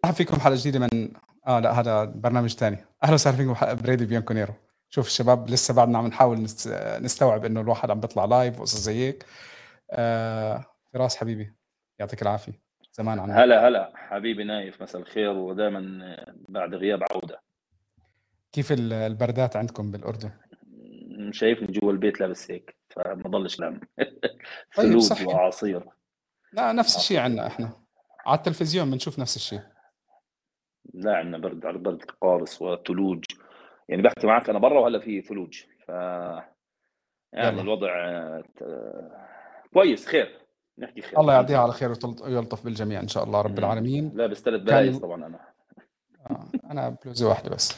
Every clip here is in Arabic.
مرحبا فيكم حلقة جديدة من لا هذا برنامج تاني. أهلا وسهلا فيكم بريدي بيانكونيرو. شوف الشباب لسه بعدنا عم نحاول نستوعب إنه الواحد عم بيطلع لايف وقصص زي هيك. فراس حبيبي، يعطيك العافية، زمان عنك. هلا حبيبي نايف، مساء الخير، ودائما بعد غياب عودة. كيف البردات عندكم بالأردن؟ شايفني جوا البيت لابس هيك فما ضلش لام. طيب ثلوج صحي. وأعاصير. لا نفس الشيء عاصفة. عنا إحنا، على التلفزيون بنشوف نفس الشيء. لا عندنا برد على برد قارس وثلوج. يعني بحكي معك أنا برا وهلا في ثلوج يعني يلا الوضع كويس، خير، نحكي خير الله الحمد يعديها على لله. خير ويلطف بالجميع إن شاء الله رب العالمين. لابس 3 بلايز كان طبعا أنا. أنا بلوزة واحدة بس.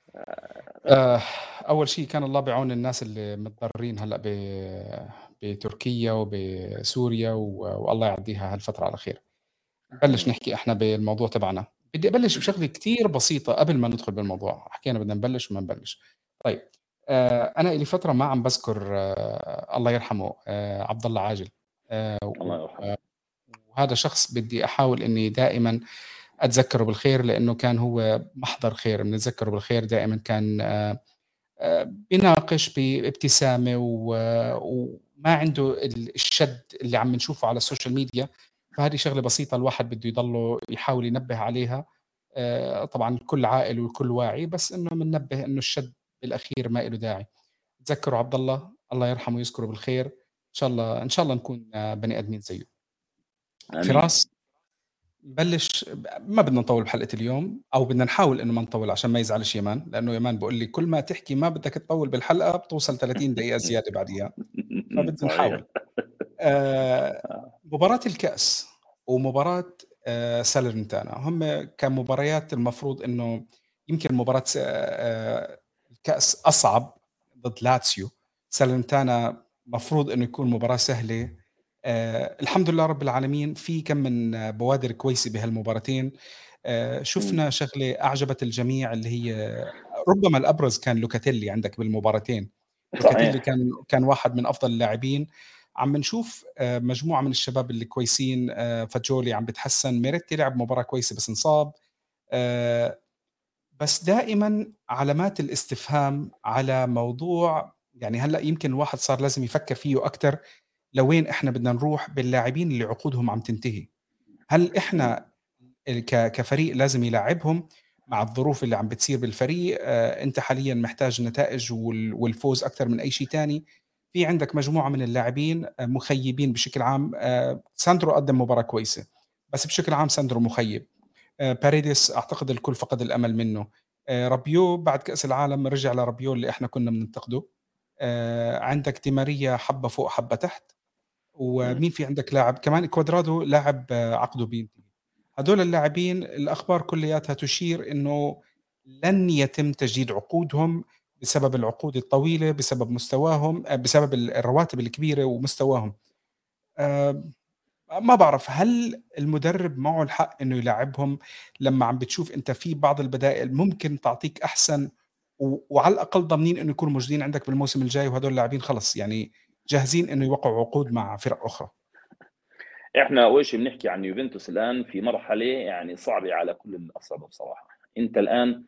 أول شيء كان الله بعون الناس اللي متضررين هلأ بتركيا وبسوريا والله يعديها هالفترة على خير. نبلش نحكي إحنا بالموضوع تبعنا. بدي أبلش بشغلة كتير بسيطة قبل ما ندخل بالموضوع، حكينا بدنا نبلش وما نبلش. طيب أنا إلي فترة ما عم بذكر الله يرحمه عبد الله عاجل. الله يرحمه. وهذا شخص بدي أحاول إني دائما أتذكره بالخير لأنه كان هو محضر خير، بنتذكره بالخير دائما. كان بيناقش بابتسامة وما عنده الشد اللي عم نشوفه على السوشيال ميديا. فهذه شغلة بسيطة الواحد بده يضله يحاول ينبه عليها. طبعا الكل عاقل والكل واعي، بس انه بننبه انه الشد بالاخير ما له داعي. تذكروا عبد الله، الله يرحمه ويذكره بالخير. ان شاء الله ان شاء الله نكون بني ادمين زيه. آمين. فراس، نبلش. ما بدنا نطول بحلقة اليوم، أو بدنا نحاول إنه ما نطول عشان ما يزعلش يمان، لأنه يمان بقول لي كل ما تحكي ما بدك تطول بالحلقة بتوصل 30 دقيقة زيادة بعديها. فبدنا صحيح. نحاول. مباراة الكأس ومباراة سالرنتانا هم كمباريات المفروض إنه يمكن مباراة الكأس أصعب ضد لاتسيو. سالرنتانا مفروض إنه يكون مباراة سهلة. الحمد لله رب العالمين في كم من بوادر كويسة بهالمباراتين. شفنا شغلة أعجبت الجميع اللي هي ربما الأبرز كان لوكاتيلي عندك بالمباراتين. لوكاتيلي صحيح. كان واحد من أفضل اللاعبين. عم نشوف مجموعة من الشباب اللي كويسين. فاجولي عم بتحسن، ميريتي لعب مباراة كويسة بس انصاب. بس دائما علامات الاستفهام على موضوع، يعني هلأ يمكن الواحد صار لازم يفكر فيه أكتر. لوين إحنا بدنا نروح باللاعبين اللي عقودهم عم تنتهي؟ هل إحنا كفريق لازم يلاعبهم مع الظروف اللي عم بتصير بالفريق؟ أنت حاليا محتاج نتائج والفوز أكثر من أي شيء تاني. في عندك مجموعة من اللاعبين مخيبين بشكل عام. ساندرو قدم مباراة كويسة، بس بشكل عام ساندرو مخيب. باريديس أعتقد الكل فقد الأمل منه. رابيو بعد كأس العالم رجع لرابيو اللي إحنا كنا بننتقده. عندك دي ماريا حبة فوق حبة تحت. ومين في عندك لاعب كمان؟ كوادرادو لاعب عقده بينتهي. هدول اللاعبين الأخبار كلياتها تشير إنه لن يتم تجديد عقودهم بسبب العقود الطويلة، بسبب مستواهم، بسبب الرواتب الكبيرة ومستواهم. آه، ما بعرف هل المدرب معه الحق إنه يلاعبهم لما عم بتشوف أنت في بعض البدائل ممكن تعطيك أحسن، وعلى الأقل ضامنين إنه يكونوا موجودين عندك بالموسم الجاي، وهدول اللاعبين خلص يعني جاهزين إنه يوقعوا عقود مع فرق أخرى. احنا اول شيء بنحكي عن يوفنتوس الان في مرحله يعني صعبه على كل الاصعده بصراحه. انت الان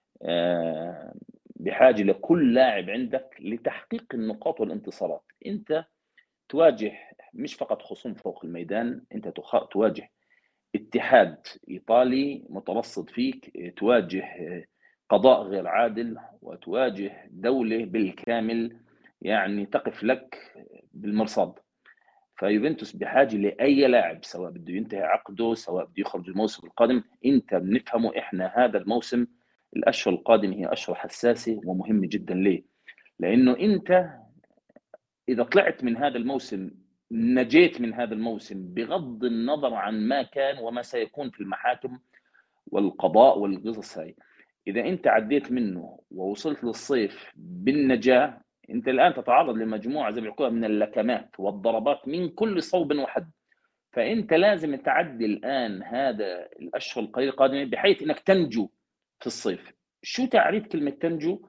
بحاجه لكل لاعب عندك لتحقيق النقاط والانتصارات. انت تواجه مش فقط خصوم فوق الميدان، انت تواجه اتحاد ايطالي مترصد فيك، تواجه قضاء غير عادل، وتواجه دوله بالكامل يعني تقف لك بالمرصاد. فيوفنتوس بحاجه لاي لاعب، سواء بده ينتهي عقده، سواء بده يخرج الموسم القادم. انت بنفهمه احنا هذا الموسم، الاشهر القادمه هي اشهر حساسه ومهمه جدا. ليه؟ لانه انت اذا طلعت من هذا الموسم، نجيت من هذا الموسم بغض النظر عن ما كان وما سيكون في المحاكم والقضاء والقصص هاي، اذا انت عديت منه ووصلت للصيف بالنجاه، انت الان تتعرض لمجموعه زي ما بيقولوا من اللكمات والضربات من كل صوب وحد. فانت لازم تعدي الان هذا الاشهر القليله القادمه بحيث انك تنجو في الصيف. شو تعريف كلمه تنجو؟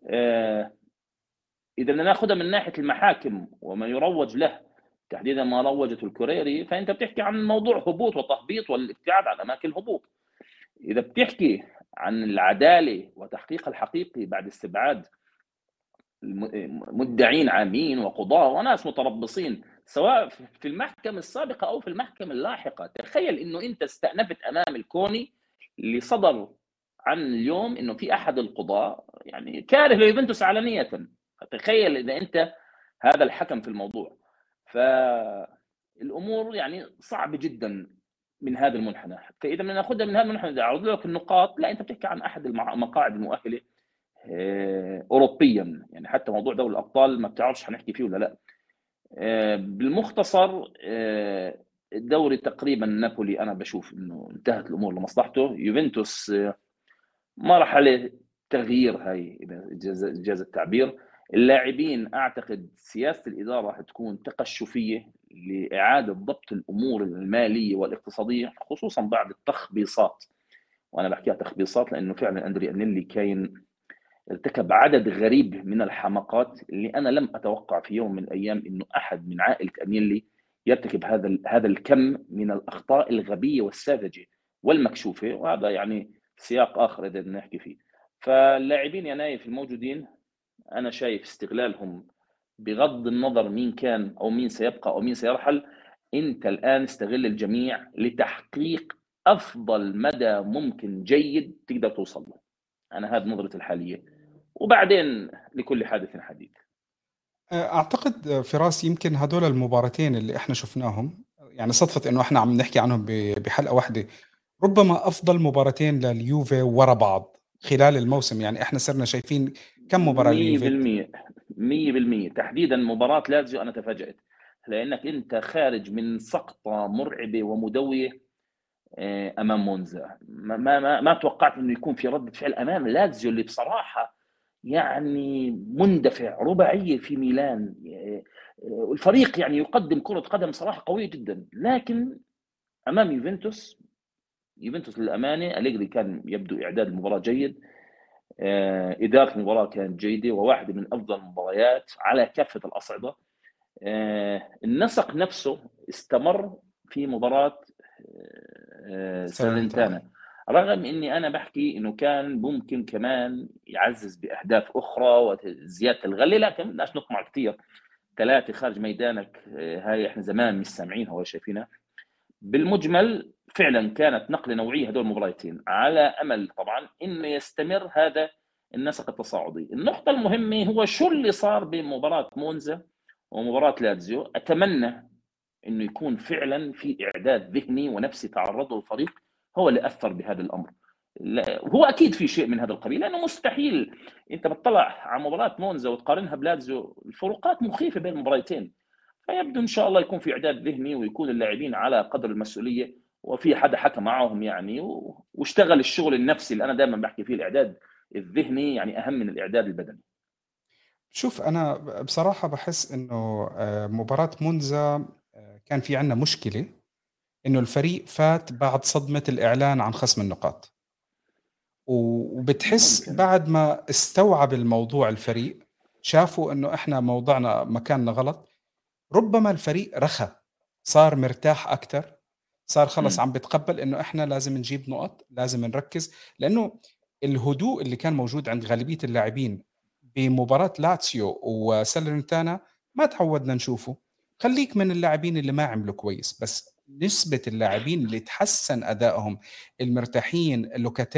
اذا بدنا ناخذها من ناحيه المحاكم وما يروج له، تحديدا ما روجته الكوريري، فانت بتحكي عن موضوع هبوط وتهبيط والابتعاد عن اماكن الهبوط. إذا بتحكي عن العدالة وتحقيقها الحقيقي بعد استبعاد مدعين عامين وقضاة وناس متربصين سواء في المحكمة السابقة أو في المحكمة اللاحقة، تخيل إنه أنت استأنفت أمام الكوني اللي صدر عن اليوم إنه في أحد القضاة يعني كاره ليوفنتوس علنية. تخيل إذا أنت هذا الحكم في الموضوع. فالأمور يعني صعبة جدا من هذا المنحنى. فإذا بدنا ناخذها من هذا المنحنى إذا أعرض لك النقاط، لا أنت بتحكي عن أحد المقاعد المؤهلة اوروبيا، يعني حتى موضوع دوري الابطال ما بتعرفش حنحكي فيه ولا لا. بالمختصر الدوري تقريبا نابولي انا بشوف انه انتهت الامور لمصلحته. يوفنتوس ما راح عليه تغيير، هاي اذا جاز التعبير. اللاعبين اعتقد سياسه الاداره راح تكون تقشفيه لاعاده ضبط الامور الماليه والاقتصاديه، خصوصا بعد التخبيصات. وانا بحكيها تخبيصات لانه فعلا اندري انيلي كاين ارتكب عدد غريب من الحماقات اللي انا لم اتوقع في يوم من الايام انه احد من عائله انيلي يرتكب هذا الكم من الاخطاء الغبيه والساذجه والمكشوفه، وهذا يعني سياق اخر اذا بدنا نحكي فيه. فاللاعبين يا نايف الموجودين انا شايف استغلالهم بغض النظر مين كان او مين سيبقى او مين سيرحل. انت الان استغل الجميع لتحقيق افضل مدى ممكن جيد تقدر توصل له. انا هذه نظرتي الحاليه، وبعدين لكل حادث حديث. أعتقد فراس يمكن هدول المباراتين اللي إحنا شفناهم، يعني صدفة إنه إحنا عم نحكي عنهم بحلقة واحدة، ربما أفضل مباراتين لليوفي ورا بعض خلال الموسم. يعني إحنا صرنا شايفين كم مباراة لليوفي. 100% 100% تحديدا مباراه لازيو انا تفاجات، لانك انت خارج من سقطه مرعبه ومدويه امام مونزا. ما توقعت انه يكون في رده فعل امام لازيو اللي بصراحه يعني مندفع، رباعيه في ميلان. الفريق يعني يقدم كره قدم صراحه قويه جدا، لكن امام يوفنتوس للامانه أليجري كان يبدو اعداد المباراه جيد. اداره المباراه كانت جيده وواحده من افضل المباريات على كافه الاصعده. النسق نفسه استمر في مباراه سالنتانا. سالنتانا، رغم اني انا بحكي انه كان ممكن كمان يعزز باهداف اخرى وزياده الغله، لكن بدناش نطمع كثير. ثلاثه خارج ميدانك هاي احنا زمان مش سامعينها ولا شايفينها. بالمجمل فعلا كانت نقله نوعيه هدول المباراتين، على امل طبعا انه يستمر هذا النسق التصاعدي. النقطه المهمه هو شو اللي صار بين مباراه مونزا ومباراه لاتزيو. اتمنى انه يكون فعلا في اعداد ذهني ونفسي تعرضه الفريق هو اللي اثر بهذا الامر. هو اكيد في شيء من هذا القبيل، لانه مستحيل انت بتطلع على مباراه مونزا وتقارنها بلاتزيو، الفروقات مخيفه بين المباراتين. فيبدو ان شاء الله يكون في اعداد ذهني ويكون اللاعبين على قدر المسؤوليه، وفي حدا حكى معاهم يعني واشتغل الشغل النفسي اللي انا دائما بحكي فيه. الاعداد الذهني يعني اهم من الاعداد البدني. شوف أنا بصراحة بحس إنه مباراة مونزا كان في عنا مشكلة، إنه الفريق فات بعد صدمة الإعلان عن خصم النقاط، وبتحس ممكن. بعد ما استوعب الموضوع الفريق، شافوا إنه إحنا موضعنا مكاننا غلط، ربما الفريق رخى، صار مرتاح أكتر، صار خلص عم بيتقبل إنه إحنا لازم نجيب نقط، لازم نركز. لأنه الهدوء اللي كان موجود عند غالبية اللاعبين بمباراة لاتسيو وسالرنتانا ما تعودنا نشوفه. خليك من اللاعبين اللي ما عملوا كويس، بس نسبة اللاعبين اللي تحسن أدائهم، المرتاحين،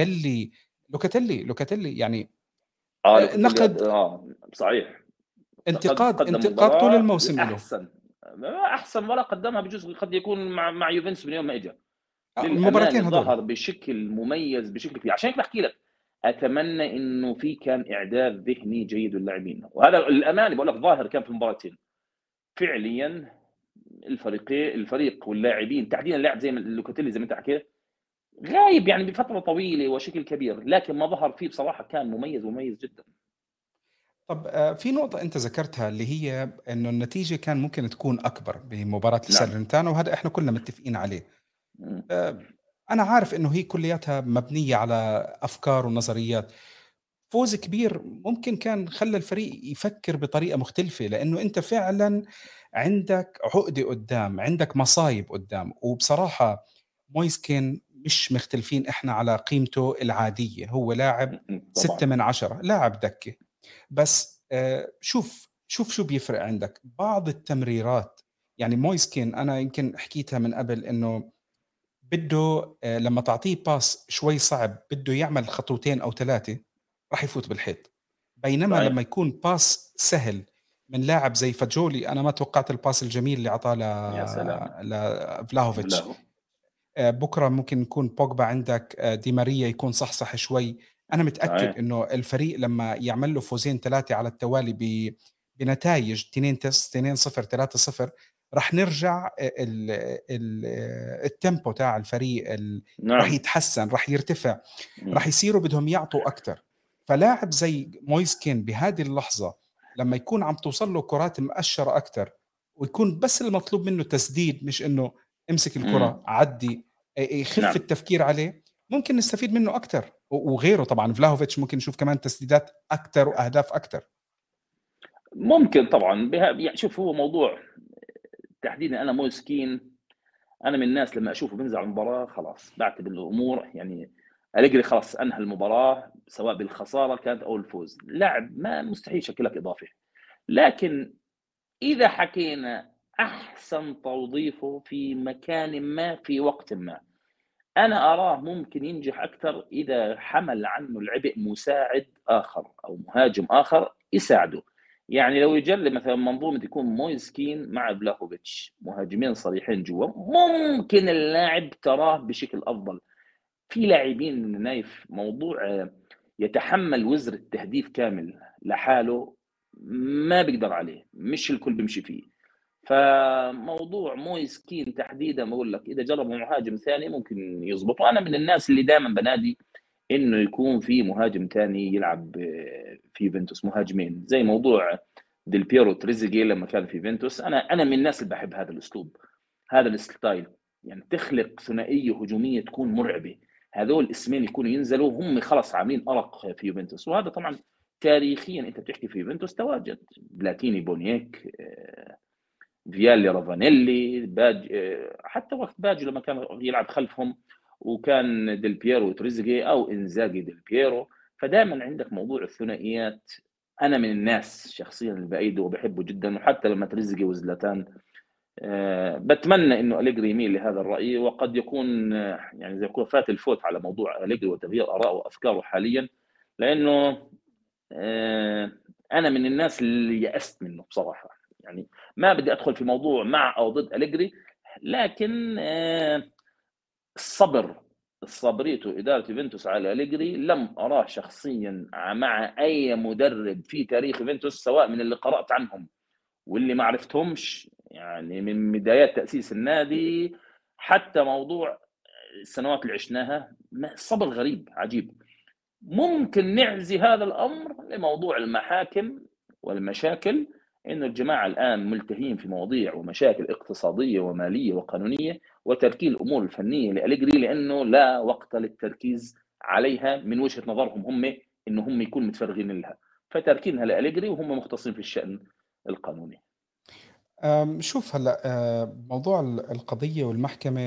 لوكاتيلي يعني لوكاتيلي نقد، صحيح. قدم انتقاد طول مباراه الموسم له. لاحسن احسن مباراه قدمها بجزء قد يكون مع يوفنتوس من يوم ما اجى. المباراتين للامانه هدول. ظهر بشكل مميز بشكل كبير. عشان هيك بحكي لك اتمنى انه في كان اعداد ذهني جيد للاعبين، وهذا الامانه بقول لك ظاهر كان في المباراتين فعليا. الفريق واللاعبين تحديدا اللاعب زي ما لوكاتيلي زي ما انت حكيت غايب يعني بفتره طويله وشكل كبير، لكن ما ظهر فيه بصراحه كان مميز جدا. طب في نقطة أنت ذكرتها اللي هي إنه النتيجة كان ممكن تكون أكبر بمباراة نعم. السالرنتانا، وهذا إحنا كلنا متفقين عليه. م. آه، أنا عارف إنه هي كلياتها مبنية على أفكار ونظريات. فوز كبير ممكن كان خلى الفريق يفكر بطريقة مختلفة، لأنه أنت فعلا عندك عقدة قدام، عندك مصايب قدام. وبصراحة مويسكين مش مختلفين إحنا على قيمته العادية، هو لاعب طبعا. 6/10، لاعب دكة. بس شوف شو بيفرق عندك. بعض التمريرات، يعني مويسكين أنا يمكن حكيتها من قبل إنه بده لمّا تعطيه باس شوي صعب، بده يعمل خطوتين أو 3 راح يفوت بالحيط، بينما لمّا صحيح. يكون باس سهل من لاعب زي فاجولي، أنا ما توقعت الباس الجميل اللي عطاه يا سلام. لفلاهوفيتش. بلاهو. بُكرة ممكن يكون بوجبا عندك، دي ماريا يكون صحصح شوي. أنا متأكد صحيح. إنه الفريق لمّا يعمل له فوزين 3 على التوالي بنتايج 2-0 3-0 راح نرجع ال ال الtempo تاع الفريق راح نعم. يتحسن، راح يرتفع، راح مم. يصيروا بدهم يعطوا أكتر. فلاعب زي مويسكين بهذه اللحظة لمّا يكون عم توصل له كرات مأشرة أكتر، ويكون بس المطلوب منه تسديد، مش إنه امسك الكرة، مم. عدّي، يخف نعم. التفكير عليه، ممكن نستفيد منه أكتر. وغيره طبعًا فلاهوفيتش ممكن نشوف كمان تسديدات أكتر وأهداف أكتر. ممكن طبعا يعني شوف، هو موضوع تحديدا انا موسكين، انا من الناس لما اشوفه بينزل على المباراه خلاص بعتبر الامور يعني أليجري خلاص انهى المباراه، سواء بالخساره كانت او الفوز. لاعب ما مستحيل يشكل لك اضافه، لكن اذا حكينا احسن توظيفه في مكان ما في وقت ما، أنا أراه ممكن ينجح أكثر إذا حمل عنه العبء مساعد آخر أو مهاجم آخر يساعده. يعني لو يجرب مثلا منظومة يكون مويسكين مع بلاهوفيتش مهاجمين صريحين جوا، ممكن اللاعب تراه بشكل أفضل. في لاعبين نايف موضوع يتحمل وزر التهديف كامل لحاله ما بيقدر عليه، مش الكل بيمشي فيه. فموضوع مويس كين تحديدا بقول لك اذا جربوا مهاجم ثاني ممكن يزبط. وانا من الناس اللي دائما بنادي انه يكون في مهاجم ثاني يلعب في يوفنتوس، مهاجمين زي موضوع ديل بيرو تريزيجيه لما كان في يوفنتوس. انا من الناس اللي بحب هذا الاسلوب، هذا الستايل، يعني تخلق ثنائيه هجوميه تكون مرعبه. هذول اسمين يكونوا ينزلوا هم خلص عاملين ارق في يوفنتوس، وهذا طبعا تاريخيا انت بتحكي في يوفنتوس تواجد بلاتيني، بونييك، فيالي، رافانيلي، باج، حتى وقت باجي لما كان يلعب خلفهم، وكان ديل بييرو وتريزيجيه او انزاجي ديل بييرو. فدائما عندك موضوع الثنائيات. انا من الناس شخصيا اللي بايده وبحبه جدا، وحتى لما تريزيجيه وزلاتان بتمنى انه أليجري يميل لهذا الراي، وقد يكون يعني زي يكون فات الفوت على موضوع أليجري وتغيير ارائه وافكاره حاليا، لانه انا من الناس اللي يأست منه بصراحه. يعني ما بدي ادخل في موضوع مع او ضد أليجري، لكن الصبر، الصبرية إدارة يوفنتوس على أليجري لم أراه شخصيا مع أي مدرب في تاريخ يوفنتوس، سواء من اللي قرأت عنهم واللي ما عرفتهمش، يعني من بدايات تأسيس النادي حتى موضوع السنوات اللي عشناها. صبر غريب عجيب. ممكن نعزي هذا الامر لموضوع المحاكم والمشاكل، انه الجماعه الان ملتهين في مواضيع ومشاكل اقتصاديه وماليه وقانونيه، وتركين الامور الفنيه لأليجري لانه لا وقت للتركيز عليها من وجهه نظرهم هم، انه هم يكونوا متفرغين لها، فتركينها لأليجري وهم مختصين في الشان القانوني. شوف هلأ، موضوع القضية والمحكمة،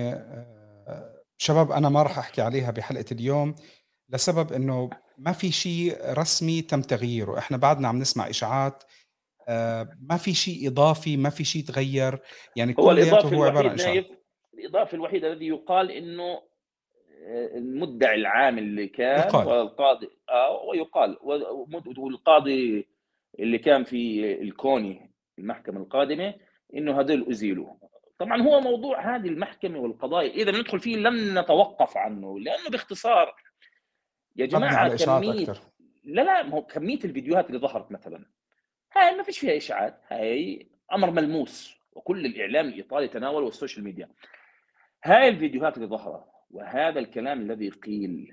شباب أنا ما راح أحكي عليها بحلقة اليوم، لسبب إنه ما في شيء رسمي تم تغييره، إحنا بعدنا عم نسمع إشاعات، ما في شيء إضافي، ما في شيء تغيّر، يعني هو كلّياته الاضافي هو عبارة عن الوحيد إشاعات. نايف، الاضافي الوحيد الذي يقال انه المدعي العام اللي كان يُقال. والقاضي ويقال والقاضي اللي كان في الكوني المحكمة القادمة انه هذول ازيلوا. طبعا هو موضوع هذه المحكمة والقضايا اذا بندخل فيه لن نتوقف عنه، لانه باختصار يا مبني جماعة على إشاعات كمية، أكتر. لا ما هو كمية الفيديوهات اللي ظهرت مثلا، هاي ما فيش فيها اشاعات، هاي امر ملموس وكل الاعلام الايطالي تناوله والسوشيال ميديا. هاي الفيديوهات اللي ظهرت وهذا الكلام الذي قيل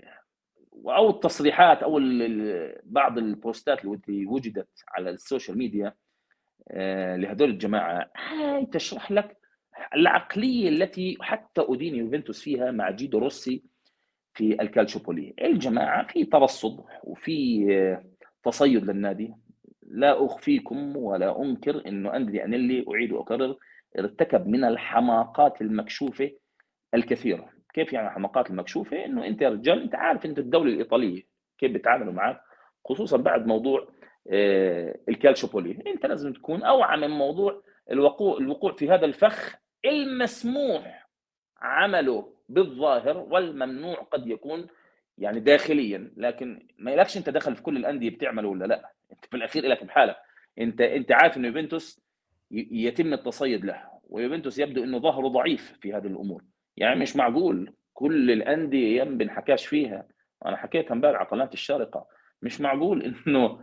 او التصريحات او بعض البوستات التي وجدت على السوشيال ميديا لهذول الجماعه، هاي تشرح لك العقليه التي حتى ادين يوفنتوس فيها مع جيدو روسي في الكالتشوبولي. الجماعه في ترصد وفي تصيد للنادي. لا اخفيكم ولا انكر انه اندري انيلي، اعيد واكرر، ارتكب من الحماقات المكشوفه الكثيره. كيف يعني حماقات المكشوفه؟ انه انت يا رجال انت عارف انت الدوله الايطاليه كيف بيتعاملوا معك، خصوصا بعد موضوع الكالشوبولي. انت لازم تكون اوعى من موضوع الوقوع في هذا الفخ المسموح عمله بالظاهر والممنوع قد يكون يعني داخليا، لكن ما يلكش انت دخل في كل الانديه بتعمله ولا لا. انت في الاخير لك بحالك. انت عارف انه يوفنتوس يتم التصيد له، ويوفنتوس يبدو انه ظهره ضعيف في هذه الامور. يعني مش معقول كل الانديه يم بنحكاش فيها. انا حكيتها امبارح على قناه الشارقه. مش معقول انه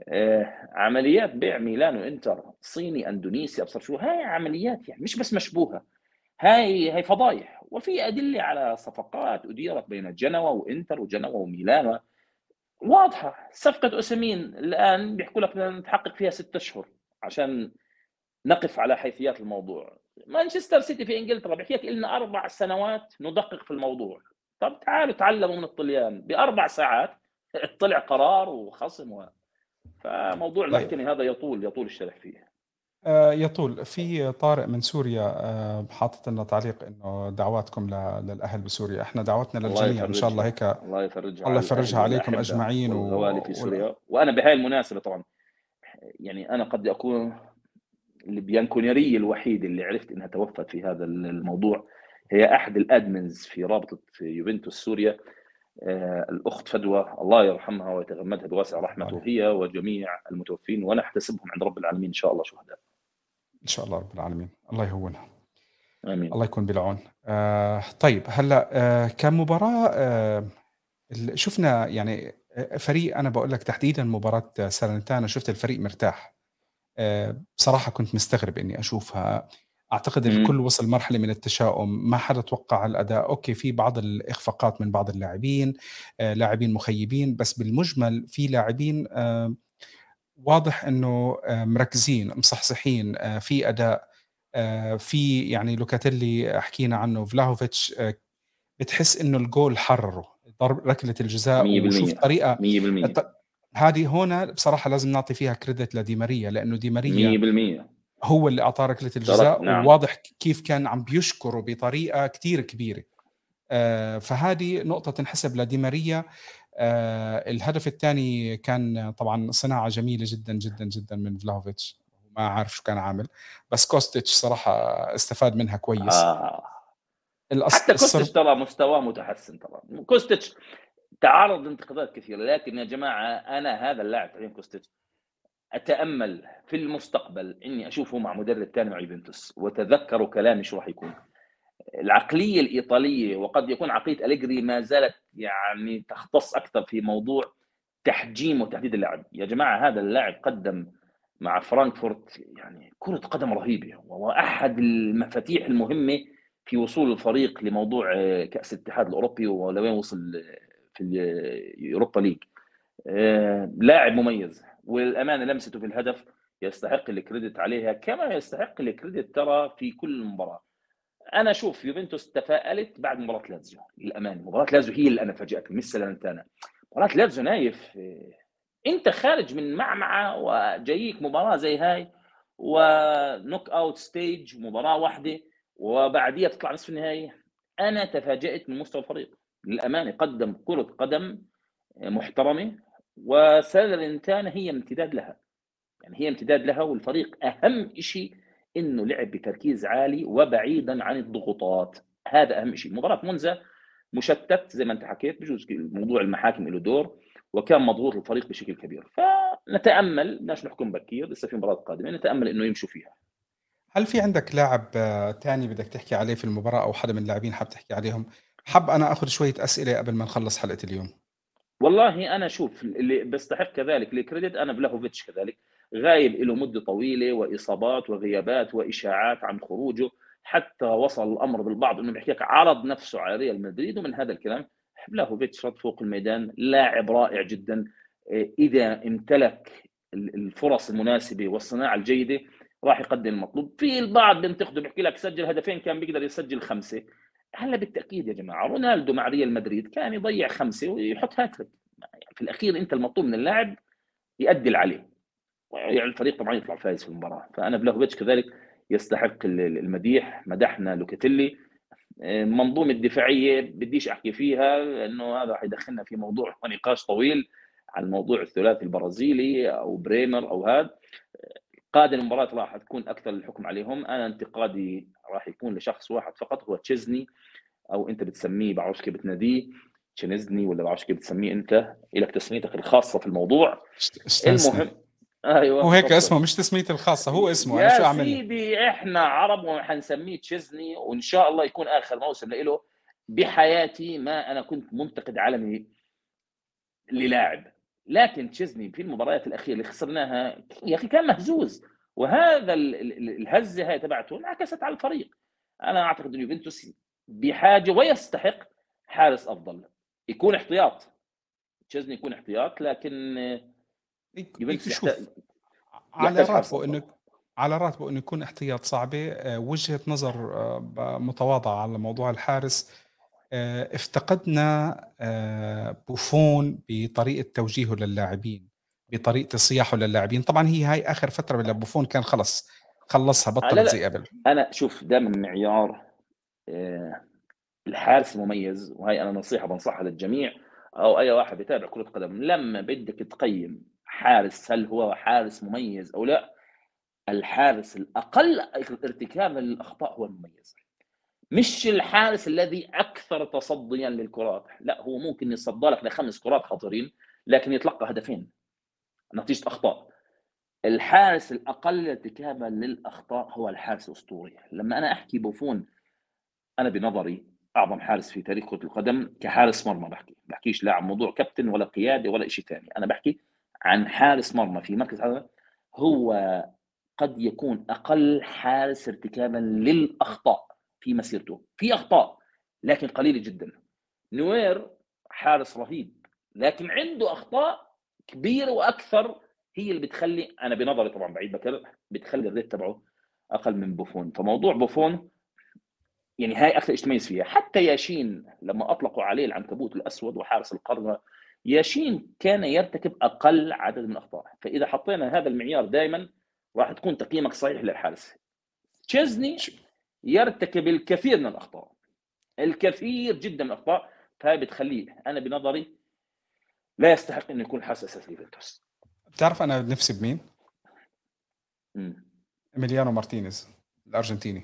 عمليات بيع ميلان وانتر صيني اندونيسي ابصر شو هاي عمليات، يعني مش بس مشبوهه، هاي فضايح. وفي ادله على صفقات اديرت بين جنوة وانتر وجنوة وميلان واضحه. صفقه اوسيمين الان بيحكوا لك بدنا نتحقق فيها 6 اشهر عشان نقف على حيثيات الموضوع. مانشستر سيتي في انجلترا بيحكي لك لنا 4 سنوات ندقق في الموضوع. طب تعالوا تعلموا من الطليان، ب4 ساعات طلع قرار وخصم فموضوع طيب المحكمه هذا يطول الشرح فيه. يطول. في طارق من سوريا حاطط لنا تعليق إنه دعواتكم للأهل بسوريا، إحنا دعوتنا الله للجميع إن شاء الله يفرجها، هيك. الله يفرجها الله على الاهل يفرجها عليكم والاحبه أجمعين والغوالي في سوريا. وانا بهاي المناسبه طبعا يعني انا قد اكون البيانكونيريه الوحيده اللي عرفت انها توفت في هذا الموضوع هي احد الادمنز في رابطه يوفنتوس سوريا، الاخت فدوى الله يرحمها ويتغمدها بواسع رحمة الله رحمته، عليه. هي وجميع المتوفين، ونحتسبهم عند رب العالمين ان شاء الله شهداء. إن شاء الله رب العالمين الله يهونها. امين. الله يكون بالعون. طيب هلأ كمباراة شفنا يعني فريق، أنا باقول لك تحديدًا مباراة سالرنتانا، شُفت الفريق مرتاح. بصراحة كنت مستغرب إني أشوفها. أعتقد الكل امم وصل مرحلة من التشاؤم، ما حدا توقع الأداء. أوكي، في بعض الإخفاقات من بعض اللاعبين، لاعبين مخيبين، بس بالمجمل في لاعبين واضح إنه مركزين، مصحصحين، في أداء. في يعني لوكاتيلي حكينا عنه، فلاهوفيتش بتحس إنه الجول حرّره، ركلة الجزاء، وشوف 100% طريقة 100% هذه هنا بصراحة لازم نعطي فيها credit لدي ماريا، لإنه دي ماريا 100% هو اللي أعطاه ركلة ترك، الجزاء، نعم. وواضح كيف كان عم بيشكره بطريقة كتير كبيرة. فهذه نقطة تنحسب لدي ماريا. الهدف الثاني كان طبعًا صناعة جميلة جدًا، جدًا، جدًا من فلاهوفيتش، ما عارف شو كان عامل، بس كوستيتش صراحة استفاد منها كويس. آه. حتى كوستش الصرب ترى مستواه متحسن. طبعا كوستش تعرض لانتقادات كثيره، لكن يا جماعه انا هذا اللاعب تعليم كوستش اتامل في المستقبل اني اشوفه مع مدرب ثاني مع يوفنتوس. وتذكروا كلامي شو راح يكون العقليه الايطاليه، وقد يكون عقليه اليجري ما زالت يعني تختص اكثر في موضوع تحجيم وتحديد اللاعب. يا جماعه هذا اللاعب قدم مع فرانكفورت يعني كره قدم رهيبه، وهو احد المفاتيح المهمه في وصول الفريق لموضوع كاس الاتحاد الاوروبي ولوين وصل في اليوروبا ليج. لاعب مميز، والامانه لمسته في الهدف يستحق الكريدت عليها، كما يستحق الكريدت ترى في كل مباراه. انا اشوف يوفنتوس تفائلت بعد مباراه لازيو. للامانه مباراه لازيو هي اللي انا فاجاتني مش سالنتانا. مباراه لازيو نايف، انت خارج من معمعه وجايك مباراه زي هاي ونوك اوت ستيج مباراه واحده وبعديها تطلع نصف النهائي. انا تفاجات من مستوى الفريق للامانه، قدم كره قدم محترمه، وسالرنتانا هي امتداد لها. يعني هي امتداد لها، والفريق اهم شيء انه لعب بتركيز عالي وبعيدا عن الضغوطات. هذا اهم شيء. مباراه مونزا مشتت زي ما انت حكيت، بجوز موضوع المحاكم له دور، وكان مضغوط الفريق بشكل كبير. فنتامل، بدناش نحكم بكير، لسه في مباراه قادمه، نتامل انه يمشوا فيها. هل في عندك لاعب تاني بدك تحكي عليه في المباراة، أو حدا من اللاعبين حاب تحكي عليهم؟ حاب أنا آخذ شوية أسئلة قبل ما نخلص حلقة اليوم. والله انا شوف اللي بيستحق كذلك الكريدت انا فلاهوفيتش كذلك. غايب له مده طويله واصابات وغيابات واشاعات عن خروجه، حتى وصل الامر بالبعض انه بيحكي لك عرض نفسه على ريال مدريد. ومن هذا الكلام فلاهوفيتش رد فوق الميدان، لاعب رائع جدا. اذا امتلك الفرص المناسبه والصناعه الجيده راح يقدم المطلوب. في البعض بينتقده بيحكي لك سجل هدفين كان بيقدر يسجل 5. هلا بالتاكيد يا جماعه رونالدو مع ريال مدريد كان يضيع 5 ويحط هاتريك. في الاخير انت المطلوب من اللاعب يؤدي اللي عليه، يعني الفريق طبعا يطلع فايز في المباراه. فانا فلاهوفيتش كذلك يستحق المديح. مدحنا لوكاتيلي، منظومه دفاعيه بديش احكي فيها لانه هذا حيدخلنا في موضوع ونقاش طويل عن موضوع الثلاثي البرازيلي او بريمر او هذا. قادم المباراه راح تكون اكثر الحكم عليهم. انا انتقادي راح يكون لشخص واحد فقط، هو تشيزني، او انت بتسميه بعرفش كيف بتناديه، تشينزني ولا بعرفش كيف بتسميه، انت لك تسميتك الخاصه في الموضوع. اشتنسني. المهم ايوه هو هيك تفضل. اسمه، مش تسميتي الخاصة، هو اسمه، أنا يا شو أعمل؟ سيدي احنا عرب وحنسميه تشيزني، وان شاء الله يكون اخر موسم له بحياتي. ما انا كنت منتقد عالمي للاعب، لكن تشيزني في المباريات الاخيره اللي خسرناها يا اخي كان مهزوز، وهذا الهزه هاي تبعته انعكست على الفريق. انا اعتقد ان يوفنتوس بحاجه ويستحق حارس افضل، يكون احتياط. تشيزني يكون احتياط، لكن يوفنتوس شوف، على يحتاج حارس راتبه افضل. انه على راتبه انه يكون احتياط صعبه. وجهة نظر متواضعة على موضوع الحارس. افتقدنا بوفون بطريقة توجيهه للاعبين، بطريقة صياحه للاعبين. طبعا هاي آخر فترة بوفون كان خلصها، لا بطلت زي لا، قبل. انا شوف دائما معيار آه، الحارس المميز، وهي انا نصيحه بنصحها للجميع او اي واحد بيتابع كره قدم، لما بدك تقيم حارس هل هو حارس مميز او لا، الحارس الاقل ارتكابا للاخطاء هو المميز، مش الحارس الذي اكثر تصديا للكرات. لا، هو ممكن يصدى لك لخمس كرات خطيرين لكن يتلقى هدفين نتيجه اخطاء. الحارس الاقل ارتكابا للاخطاء هو الحارس الاسطوري. لما انا احكي بوفون، انا بنظري اعظم حارس في تاريخ كره القدم كحارس مرمى، بحكيش لا عن موضوع كابتن ولا قيادي ولا شيء ثاني، انا بحكي عن حارس مرمى في مركز هذا. هو قد يكون اقل حارس ارتكابا للاخطاء في مسيرته، في اخطاء لكن قليله جدا. نوير حارس رهيب لكن عنده اخطاء كبيره واكثر، هي اللي بتخلي، انا بنظري طبعا بعيد بكر، بتخلي الريت تبعه اقل من بوفون. فموضوع بوفون يعني هاي اكثر شيء تميز فيها. حتى ياشين لما اطلقوا عليه العنكبوت الاسود وحارس القرن، ياشين كان يرتكب اقل عدد من الاخطاء. فاذا حطينا هذا المعيار دائما راح تكون تقييمك صحيح للحارس. تشيزني يرتكب الكثير من الاخطاء، الكثير جدا من الاخطاء، فهي بتخليه انا بنظري لا يستحق انه يكون حارس اساسي ليفنتوس. بتعرف أنا نفسي بمين؟ مم. إميليانو مارتينيز الأرجنتيني.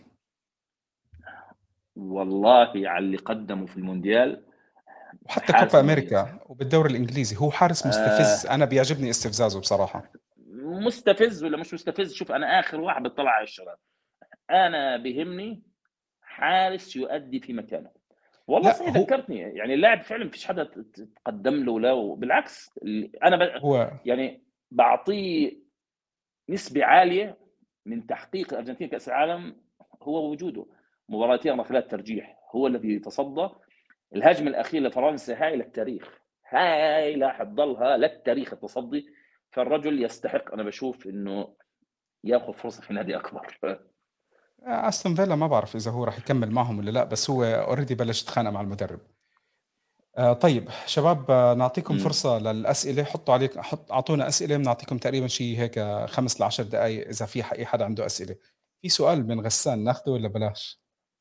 والله على اللي قدمه في المونديال، وحتى حارس كوبا مميز. أمريكا وبالدوري الإنجليزي هو حارس مستفز، آه، أنا بيعجبني استفزازه بصراحة. مستفز ولا مش مستفز؟ شوف انا اخر واحد بطلع على الشباب، انا بهمني حارس يؤدي في مكانه. والله لا، صحيح ذكرتني، يعني اللاعب فعلا فيش حدا تقدم له، لا بالعكس. انا هو يعني بعطيه نسبه عاليه من تحقيق الارجنتين كاس العالم، هو وجوده. مباراتين ركلات ترجيح هو الذي يتصدى. الهجمه الاخيره لفرنسا هاي للتاريخ، هاي لا حتضلها للتاريخ التصدي. فالرجل يستحق، انا بشوف انه ياخذ فرصه في نادي اكبر. استون فيلا ما بعرف اذا هو راح يكمل معهم ولا لا، بس هو اوريدي بلش يتخانق مع المدرب. طيب شباب، نعطيكم فرصة للأسئلة. حطوا عليك، أعطونا أسئلة، بنعطيكم تقريبا شيء هيك 5 ل10 دقائق إذا في أي حدا عنده أسئلة. في سؤال من غسان ناخده ولا بلاش؟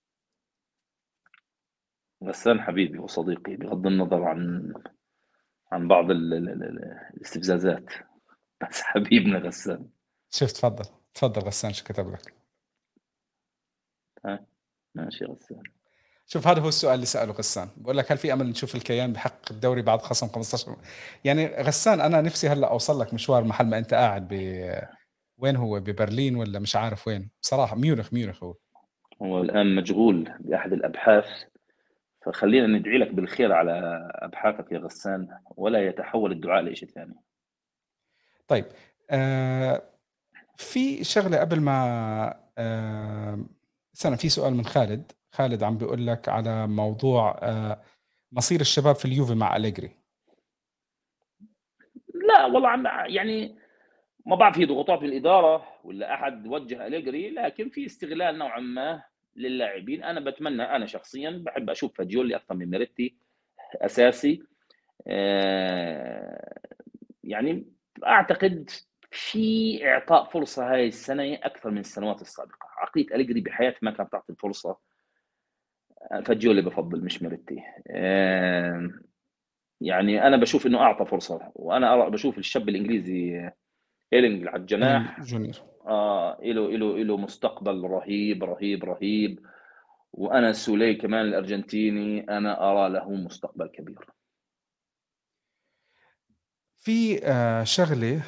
غسان حبيبي وصديقي بغض النظر عن بعض الاستفزازات، بس حبيبنا غسان. شوف، تفضل تفضل غسان، شو كتب لك؟ ها، ماشي غسان. شوف، هذا هو السؤال اللي سأله غسان، بقول لك هل في أمل نشوف الكيان بحقق الدوري بعد خصم 15؟ يعني غسان، أنا نفسي هلأ أوصل لك مشوار محل ما أنت قاعد وين هو، ببرلين ولا مش عارف وين بصراحة. ميونخ هو. هو الآن مشغول بأحد الأبحاث، فخلينا ندعي لك بالخير على أبحاثك يا غسان، ولا يتحول الدعاء لشيء ثاني. طيب، في شغلة قبل ما استنى، في سؤال من خالد عم بيقول لك على موضوع مصير الشباب في اليوفي مع أليجري. لا والله يعني ما بعرف في ضغوطات من الإدارة ولا أحد وجه أليجري، لكن في استغلال نوعا ما للاعبين. أنا بتمنى، أنا شخصيا بحب أشوف فاجيولي أكثر من ميريتي أساسي. يعني اعتقد في اعطاء فرصه هاي السنه اكثر من السنوات السابقه. عقليه أليجري بحياته ما كانت تعطي الفرصه فاجيولي بفضل مش ميريتي. يعني انا بشوف انه اعطى فرصه، وانا بشوف الشاب الانجليزي ايلينج على إيلينج الجناح. جونيور. له مستقبل رهيب رهيب رهيب. وانا سولي كمان الارجنتيني انا ارى له مستقبل كبير. في شغلة،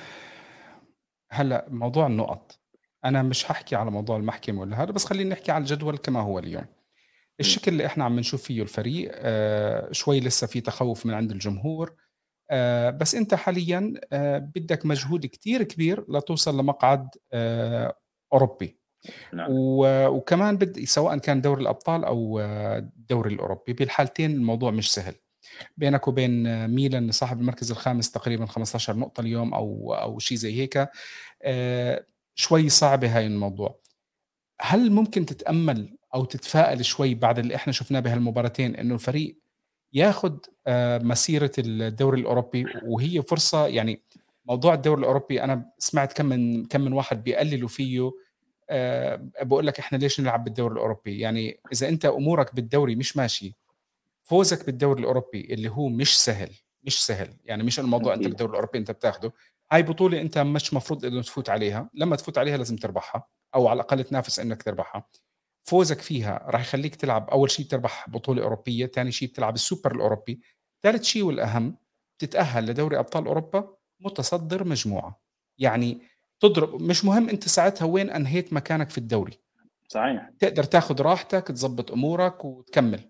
هلأ موضوع النقط، أنا مش هاحكي على موضوع المحكمة ولا هذا، بس خلّينا نحكي على الجدول كما هو اليوم. مم. الشكل اللي إحنا عم نشوف فيه الفريق شوي لسه في تخوّف من عند الجمهور، بس أنت حاليًا بدّك مجهود كتير كبير لتوصل لمقعد أوروبي، نعم. وكمان سواء كان دوري الأبطال أو الدوري الأوروبي، بالحالتين الموضوع مش سهل. بينك وبين ميلان صاحب المركز الخامس تقريبًا 15 نقطة اليوم أو شي زي هيك، شوي صعبة هاي الموضوع. هل ممكن تتأمل أو تتفائل شوي بعد اللي إحنا شفناه بهالمباراتين إنه الفريق ياخد مسيرة الدوري الأوروبي، وهي فرصة يعني. موضوع الدوري الأوروبي أنا سمعت كم من واحد بيقللوا فيه، باقول لك إحنا ليش نلعب بالدوري الأوروبي؟ يعني إذا أنت أمورك بالدوري مش ماشي، فوزك بالدوري الأوروبي اللي هو مش سهل، مش سهل، يعني مش الموضوع أنت اكيد. بالدوري الأوروبي أنت بتاخده، هاي بطولة أنت مش مفروض إنه تفوت عليها، لمّا تفوت عليها لازم تربحها، أو على الأقل تنافس إنك تربحها. فوزك فيها راح يخلّيك تلعب أول شي بتربح بطولة أوروبية، تاني شي بتلعب السوبر الأوروبي، تالت شي والأهم بتتأهل لدوري أبطال أوروبا متصدر مجموعة، يعني تضرب مش مهم أنت ساعتها وين أنهيت مكانك في الدوري، صحيح. تقدر تاخد راحتك، تضبّط أمورك وتكمّل.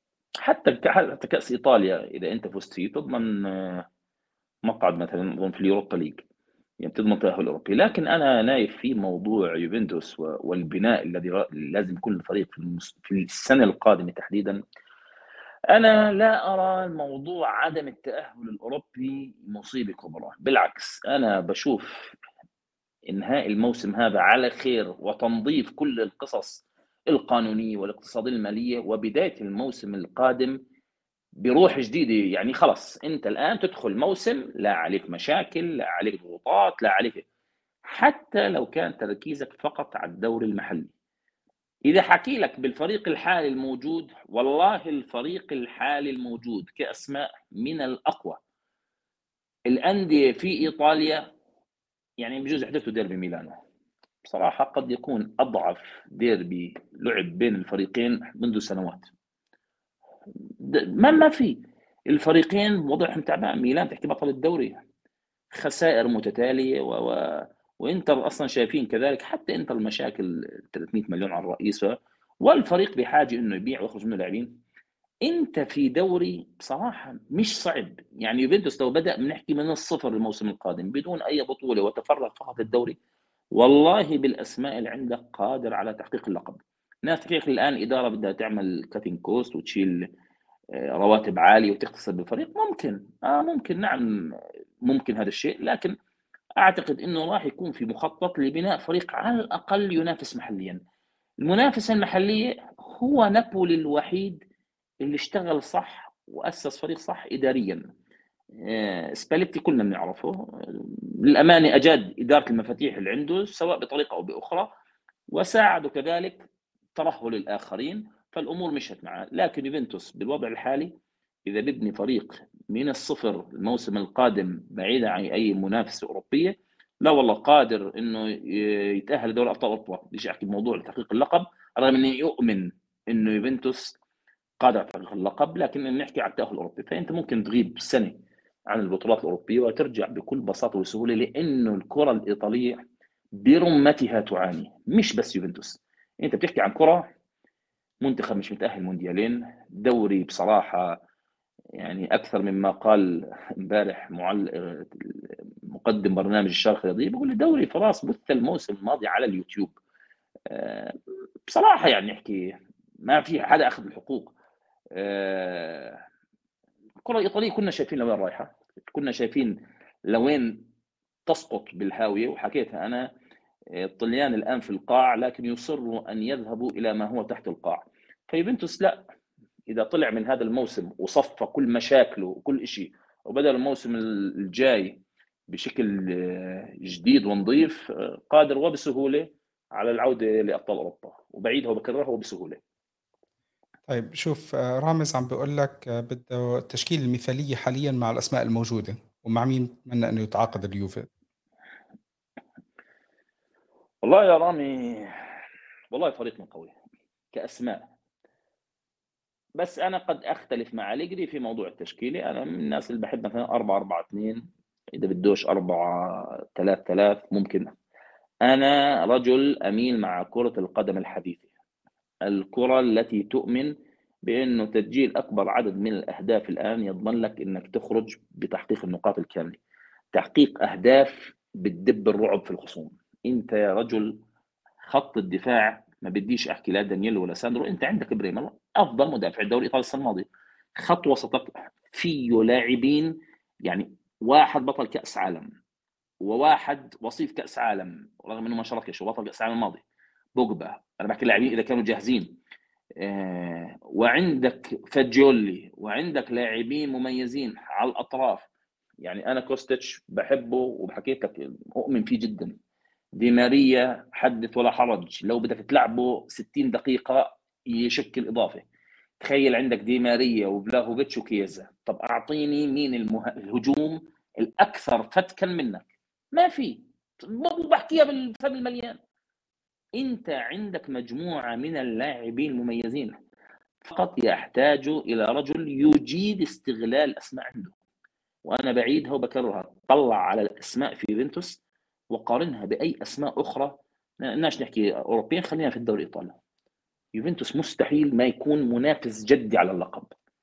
حتى كأس إيطاليا إذا أنت فزت فيه تضمن مقعد مثلا أظن في اليوروبا ليج، يعني تضمن تأهل أوروبي. لكن أنا نايف في موضوع يوفنتوس والبناء الذي لازم يكون الفريق في السنة القادمة تحديدا. أنا لا أرى الموضوع عدم التأهل الأوروبي مصيبة كبرى، بالعكس أنا بشوف إنهاء الموسم هذا على خير وتنظيف كل القصص القانونية والاقتصادية المالية، وبداية الموسم القادم بروح جديدة. يعني خلص أنت الآن تدخل موسم لا عليك مشاكل، لا عليك ضغوطات، لا عليك، حتى لو كان تركيزك فقط على الدوري المحلي. إذا حكي لك بالفريق الحالي الموجود، والله الفريق الحالي الموجود كأسماء من الأقوى الأندية في إيطاليا. يعني بجوز حضرتوا ديربي ميلانو، بصراحة قد يكون أضعف ديربي لعب بين الفريقين منذ سنوات. ما في، الفريقين وضعهم تعبان. ميلان تحكي بطل الدوري، خسائر متتالية وانتر اصلا شايفين كذلك، حتى انتر المشاكل 300 مليون على الرئيس، والفريق بحاجة انه يبيع ويخرج منه لاعبين. انت في دوري بصراحة مش صعب. يعني يوفنتوس لو بدأ بنحكي من الصفر الموسم القادم بدون اي بطولة وتفرغ فقط للدوري، والله بالاسماء اللي عندك قادر على تحقيق اللقب. ناس تحقيق الان اداره بدها تعمل كاتين كوست وتشيل رواتب عاليه وتختصر بالفريق، ممكن ممكن نعم، ممكن هذا الشيء. لكن اعتقد انه راح يكون في مخطط لبناء فريق على الاقل ينافس محليا. المنافسه المحليه هو نابولي الوحيد اللي اشتغل صح واسس فريق صح اداريا. سباليتي كلنا بنعرفه، للامانه اجاد اداره المفاتيح اللي عنده سواء بطريقه او باخرى، وساعدوا كذلك ترهل الاخرين، فالامور مشت معه. لكن يوفنتوس بالوضع الحالي اذا بيبني فريق من الصفر الموسم القادم بعيدا عن اي منافسه اوروبيه، لا والله قادر انه يتاهل لدوري ابطال اوروبا. بديش احكي بموضوع تحقيق اللقب، رغم اني اؤمن انه يوفنتوس قادر على تحقيق اللقب، لكن نحكي عن التاهل الاوروبي. فانت ممكن تغيب سنه عن البطولات الاوروبيه وترجع بكل بساطه وسهوله، لانه الكره الايطاليه برمتها تعاني، مش بس يوفنتوس. انت بتحكي عن كره، منتخب مش متاهل مونديالين، دوري بصراحه يعني اكثر مما قال امبارح مقدم برنامج الشارقة الرياضي، بيقول الدوري خلاص بث الموسم الماضي على اليوتيوب. آه، بصراحه يعني نحكي ما في حدا اخذ الحقوق. آه، الكره الايطاليه كنا شايفين لوين رايحه، كنا شايفين لوين تسقط بالهاويه، وحكيتها انا. الطليان الان في القاع لكن يصروا ان يذهبوا الى ما هو تحت القاع. فيوفنتوس لا، اذا طلع من هذا الموسم وصفى كل مشاكله وكل شيء، وبدأ الموسم الجاي بشكل جديد ونظيف، قادر وبسهوله على العوده لابطال اوروبا، وبعيدها وبكررها وبسهوله. طيب شوف، رامز عم بيقول لك بده التشكيلة المثالية حاليًا مع الأسماء الموجودة، ومع مين بتتمنى إنه يتعاقد اليوفي؟ والله يا رامي، والله فريقنا قوي كأسماء، بس أنا قد أختلف مع أليجري في موضوع التشكيلة. أنا من الناس اللي باحب مثلًا 4-4-2، إذا بدوش 4-3-3 ممكن. أنا رجل أميل مع كرة القدم الحديثة، الكرة التي تؤمن بأنه تسجيل أكبر عدد من الأهداف الآن يضمن لك أنك تخرج بتحقيق النقاط الكاملة. تحقيق أهداف بتدب الرعب في الخصوم. أنت يا رجل خط الدفاع، ما بديش احكي لا دانييلو ولا ساندرو، انت عندك ابراهيم افضل مدافع الدوري الايطالي السنه الماضيه. خط وسطك فيه لاعبين، يعني واحد بطل كاس عالم وواحد وصيف كاس عالم رغم انه ما شاركش وبطل كاس العالم الماضي، بوجبا. انا بحكي لاعبين اذا كانوا جاهزين. وعندك فاجيولي، وعندك لاعبين مميزين على الاطراف. يعني انا كوستيتش بحبه وبحكيت لك اؤمن فيه جدا. دي ماريا حدث ولا حرج، لو بدك تلعبه 60 دقيقة يشكل إضافة. تخيل عندك دي ماريا وفلاهوفيتش وكيزا، طب أعطيني مين الهجوم الأكثر فتكا منك؟ ما في. بحكيها بالفم المليان. أنت عندك مجموعة من اللاعبين المميزين، فقط يحتاج إلى رجل يجيد استغلال أسماء عنده. وانا بعيدها وبكررها، طلع على الاسماء في يوفنتوس وقارنها باي اسماء اخرى. بدناش نحكي اوروبيين، خلينا في الدوري الايطالي. يوفنتوس مستحيل ما يكون منافس جدي على اللقب.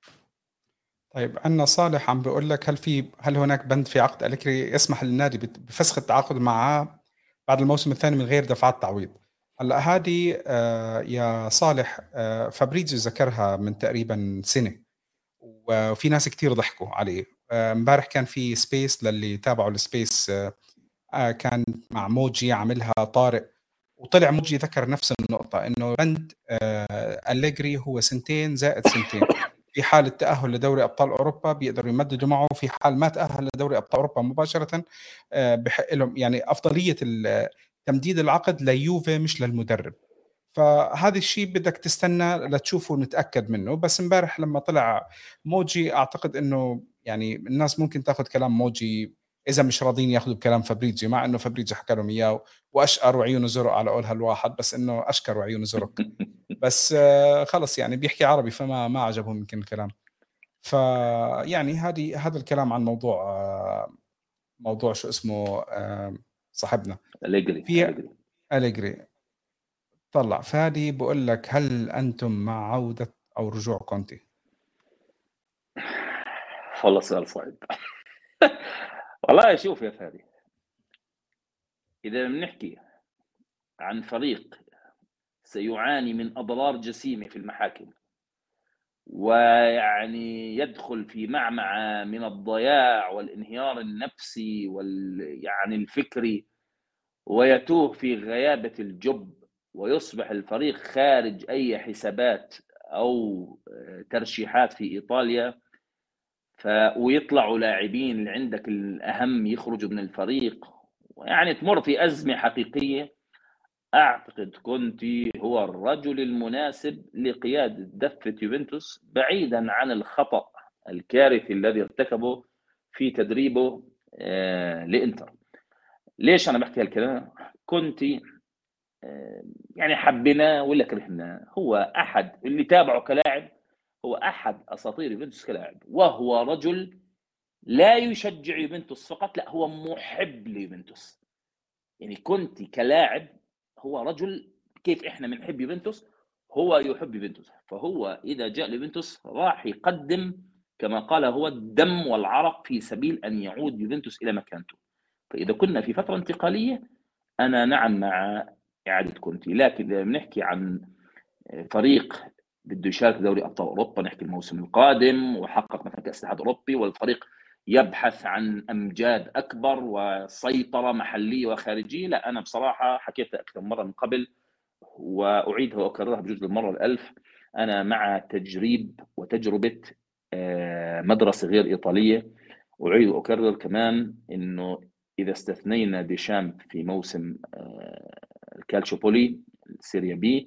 طيب عندنا صالح عم بيقول لك هل هناك بند في عقد أليجري يسمح للنادي بفسخ التعاقد معاه بعد الموسم الثاني من غير دفعات تعويض؟ هلا هذه يا صالح، فابريزيو ذكرها من تقريبا سنة، وفي ناس كتير ضحكوا عليه. امبارح كان في سبيس للي تابعوا السبيس، كان مع موجي عاملها طارق، وطلع موجي ذكر نفس النقطة، إنه بند أليجري هو سنتين زائد سنتين. في حال التأهل لدوري أبطال أوروبا بيقدروا يمددوا معه، في حال ما تأهل لدوري أبطال أوروبا مباشرة بحق لهم يعني أفضلية تمديد العقد ليوفي مش للمدرب. فهذا الشيء بدك تستنى لتشوفه ونتأكد منه. بس امبارح لما طلع موجي أعتقد إنه يعني الناس ممكن تاخذ كلام موجي إذا مش راضين ياخذوا بكلام فابريزيو، مع إنه فابريزيو حكى لهم إياه وأشقر وعيونه زرق على قولها الواحد، بس إنه أشكر وعيونه زرق. بس خلص يعني بيحكي عربي فما عجبهم يمكن الكلام. فيعني هذا الكلام عن موضوع شو اسمه صاحبنا أليجري في أليجري. أليجري. طلع فادي بقول لك هل أنتم مع عودة أو رجوع كونتي؟ والله سؤال صعب. والله شوف يا فادي، إذا بنحكي عن فريق سيعاني من أضرار جسيمة في المحاكم، ويعني يدخل في معمعة من الضياع والانهيار النفسي يعني الفكري، ويتوه في غيابة الجب، ويصبح الفريق خارج أي حسابات أو ترشيحات في إيطاليا، ويطلعوا لاعبين اللي عندك الأهم يخرجوا من الفريق، يعني تمر في أزمة حقيقية. أعتقد كونتي هو الرجل المناسب لقيادة دفة يوفنتوس، بعيدا عن الخطأ الكارثي الذي ارتكبه في تدريبه لإنتر. ليش أنا بحكي هالكلام؟ كونتي يعني حبيناه ولا كرهناه، هو أحد اللي تابعه كلاعب، هو أحد أساطير يوفنتوس كلاعب، وهو رجل لا يشجع يوفنتوس فقط، لا هو محب ليوفنتوس. يعني كونتي كلاعب هو رجل كيف احنا بنحب يوفنتوس، هو يحب يوفنتوس. فهو اذا جاء ليوفنتوس راح يقدم كما قال هو الدم والعرق في سبيل ان يعود يوفنتوس الى مكانته. فاذا كنا في فتره انتقاليه انا نعم مع اعاده كونتي. لكن اذا بنحكي عن فريق بده يشارك دوري ابطال اوروبا، نحكي الموسم القادم وحقق مثلا كاس الاتحاد الاوروبي، والفريق يبحث عن امجاد اكبر وسيطره محليه وخارجيه، لا انا بصراحه حكيت اكثر مره من قبل واعيدها واكررها بجوز المره الالف، انا مع تجريب وتجربه مدرسه غير ايطاليه. اعيد واكرر كمان انه اذا استثنينا ديشامب في موسم الكالتشوبولي السيريا بي،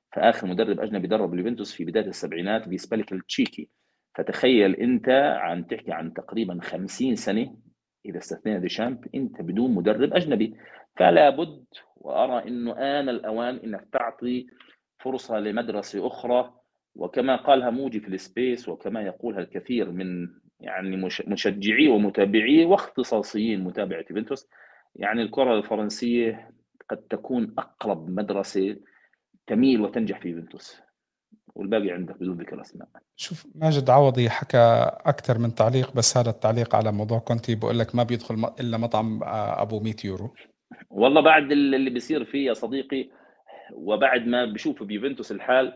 فآخر مدرب أجنبي درب اليوفنتوس في بداية السبعينات فيسباليك تشيكي. فتخيل أنت عم تحكي عن تقريبا 50 سنة إذا استثنينا ديشامب أنت بدون مدرب أجنبي. فلا بد وأرى أنه آن الأوان أنك تعطي فرصة لمدرسة أخرى. وكما قالها موجي في السبيس وكما يقولها الكثير من يعني مشجعي ومتابعي واختصاصيين متابعة يوفنتوس، يعني الكرة الفرنسية قد تكون أقرب مدرسة تميل وتنجح في يوفنتوس، والباقي عندك بدون ذكر أسماء. شوف، ماجد عوضي حكى أكثر من تعليق، بس هذا التعليق على موضوع كونتي بقول لك ما بيدخل إلا مطعم أبو 100 يورو. والله بعد اللي بيصير فيه يا صديقي وبعد ما بشوف بيوفنتوس الحال،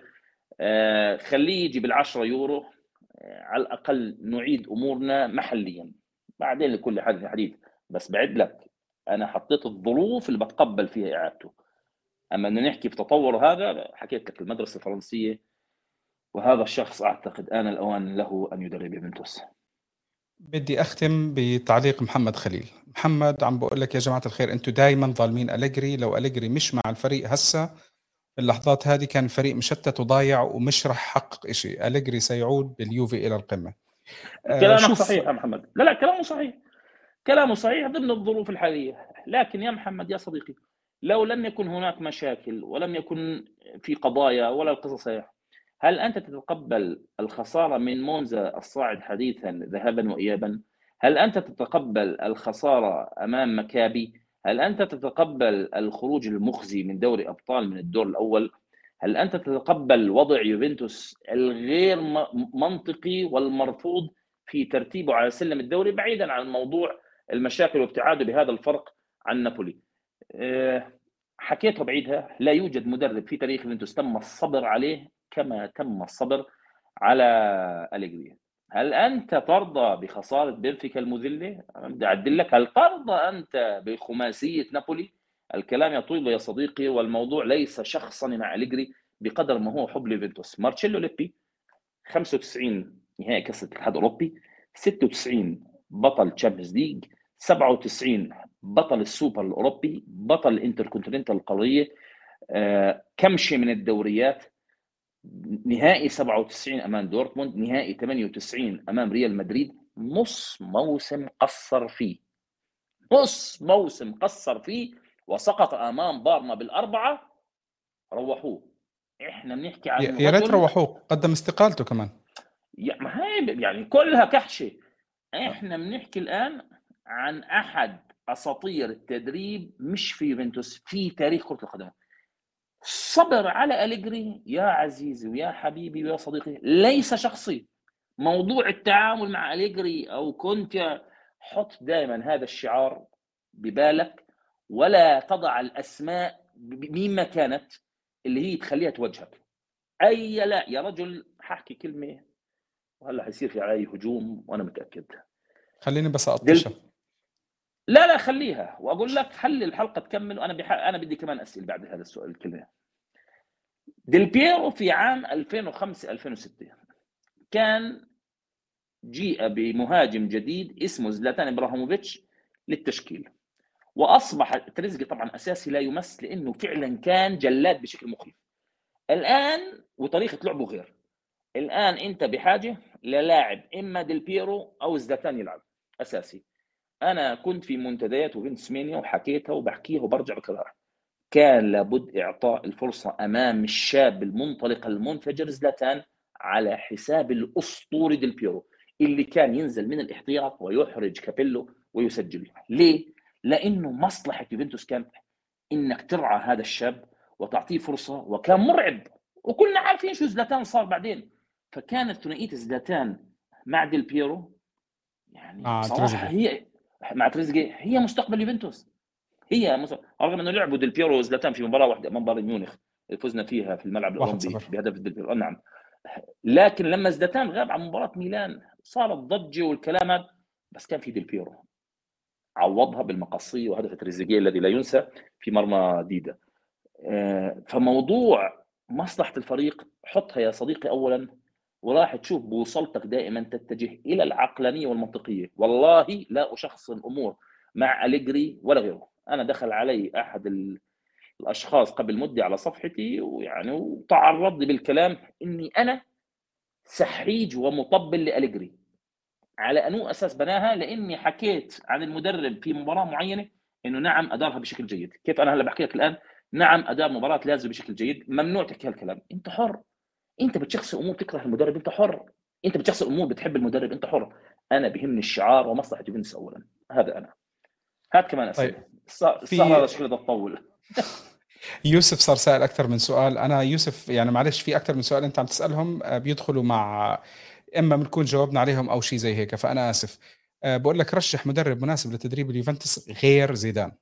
خليه يجي بال10 يورو، على الأقل نعيد أمورنا محليا، بعدين لكل حدث حديث. بس بعد لك أنا حطيت الظروف اللي بتقبل فيها إعادته. أما أن نحكي في تطور هذا، حكيت لك المدرسة الفرنسية، وهذا الشخص أعتقد آن الأوان له أن يدرب يوفنتوس. بدي أختم بتعليق محمد خليل. محمد عم بقول لك يا جماعة الخير، أنتوا دايما ظالمين أليجري. لو أليجري مش مع الفريق هسه في اللحظات هذه كان الفريق مشتت وضايع ومش رح يحقق إشي. أليجري سيعود باليوفي إلى القمة. كلامك شوف، صحيح يا محمد، لا كلامه صحيح، كلامه صحيح ضمن الظروف الحالية. لكن يا محمد يا صديقي، لو لم يكن هناك مشاكل ولم يكن في قضايا ولا القصص هي، هل أنت تتقبل الخسارة من مونزا الصاعد حديثا ذهابا وإيابا؟ هل أنت تتقبل الخسارة أمام مكابي؟ هل أنت تتقبل الخروج المخزي من دوري أبطال من الدور الأول؟ هل أنت تتقبل وضع يوفنتوس الغير منطقي والمرفوض في ترتيبه على سلم الدوري، بعيدا عن موضوع المشاكل وابتعاده بهذا الفرق عن نابولي؟ حكيتها بعيدها، لا يوجد مدرب في تاريخ يوفنتوس تم الصبر عليه كما تم الصبر على أليجري. هل أنت ترضى بخسارة بنفيكا المذلة؟ بدي أعدل لك، هل ترضى أنت بخماسية نابولي؟ الكلام يطول يا صديقي، والموضوع ليس شخصا مع أليجري بقدر ما هو حب ليفنتوس. مارتشيلو ليبي 95 نهائي كأس الاتحاد الأوروبي، 96 بطل تشامبيونز ليج، 97 بطل السوبر الأوروبي، بطل الانتركونتيننتال القارية، كمشة من الدوريات، نهائي 97 أمام دورتموند، نهائي 98 أمام ريال مدريد. نص موسم قصر فيه، نص موسم قصر فيه وسقط أمام بارما بالأربعة، روحوه. احنا بنحكي عن يا ريت رجل، روحوه، قدم استقالته كمان. ما هي يعني كلها كحشه. احنا بنحكي الان عن احد اساطير التدريب مش في يوفنتوس، في تاريخ كره القدم. صبر على أليجري يا عزيزي ويا حبيبي ويا صديقي ليس شخصي. موضوع التعامل مع أليجري او كنت، حط دائما هذا الشعار ببالك، ولا تضع الاسماء مما كانت اللي هي تخليها توجهك. اي لا يا رجل، ححكي كلمه وهلا حيصير في علي هجوم وانا متاكد. خليني بس أقطشها. لا خليها، واقول لك خلي الحلقه تكمل، وانا انا بدي كمان اسئله بعد هذا السؤال الكلمه. ديل بيرو في عام 2005 2006 كان جيء بمهاجم جديد اسمه زلاتان ابراهيموفيتش للتشكيل، واصبح تريزيجيه طبعا اساسي لا يمس لانه فعلا كان جلاد بشكل مخيف. الان وطريقه لعبه غير. الان انت بحاجه للاعب اما ديل بيرو او زلاتان يلعب اساسي. انا كنت في منتديات وفينس مانيا وحكيتها وبحكيها وبرجع بكررها، كان لابد اعطاء الفرصه امام الشاب المنطلق المنفجر زلاتان على حساب الاسطوري ديل بيرو اللي كان ينزل من الاحتياط ويحرج كابيلو ويسجل. ليه؟ لانه مصلحه يوفنتوس كانت انك ترعى هذا الشاب وتعطيه فرصه، وكان مرعب وكلنا عارفين شو زلاتان صار بعدين. فكانت ثنائيه زلاتان مع ديل بيرو يعني مع بصراحه تريزيجيه. هي مع تريزيجيه هي مستقبل يوفنتوس. رغم انه لعبوا ديل بيرو وزلاتان في مباراه واحده امام بايرن ميونخ فزنا فيها في الملعب الاولمبي 1-0. بهدف ديل بيرو، نعم. لكن لما زلاتان غاب عن مباراه ميلان صارت ضجه والكلام هذا، بس كان في ديل بيرو عوضها بالمقصيه وهدف تريزيجيه الذي لا ينسى في مرمى ديدا. فموضوع مصلحه الفريق حطها يا صديقي اولا، وراح تشوف بوصلتك دائما تتجه الى العقلانيه والمنطقيه. والله لا اشخصن الامور مع أليجري ولا غيره. انا دخل علي احد الاشخاص قبل مده على صفحتي، ويعني وتعرض لي بالكلام اني انا سحيج ومطبل لأليجري. على انو اساس بناها؟ لاني حكيت عن المدرب في مباراه معينه انه نعم ادارها بشكل جيد. كيف انا هلا بحكي لك الان نعم ادار مباراه لازم بشكل جيد؟ ممنوع تحكي هالكلام، انت حر. انت بتشخص الامور بتكره المدرب، انت حر. انت بتشخص الامور بتحب المدرب، انت حر. انا بهمني الشعار ومصلحه يوفنتوس اولا. هذا انا. هات كمان طيب اسئله. السهره في هذا شكلها تطول. يوسف صار سائل اكثر من سؤال. انا يوسف يعني معلش في اكثر من سؤال انت عم تسالهم بيدخلوا مع اما بنكون جاوبنا عليهم او شيء زي هيك، فانا اسف. بقول لك رشح مدرب مناسب لتدريب اليوفنتوس غير زيدان.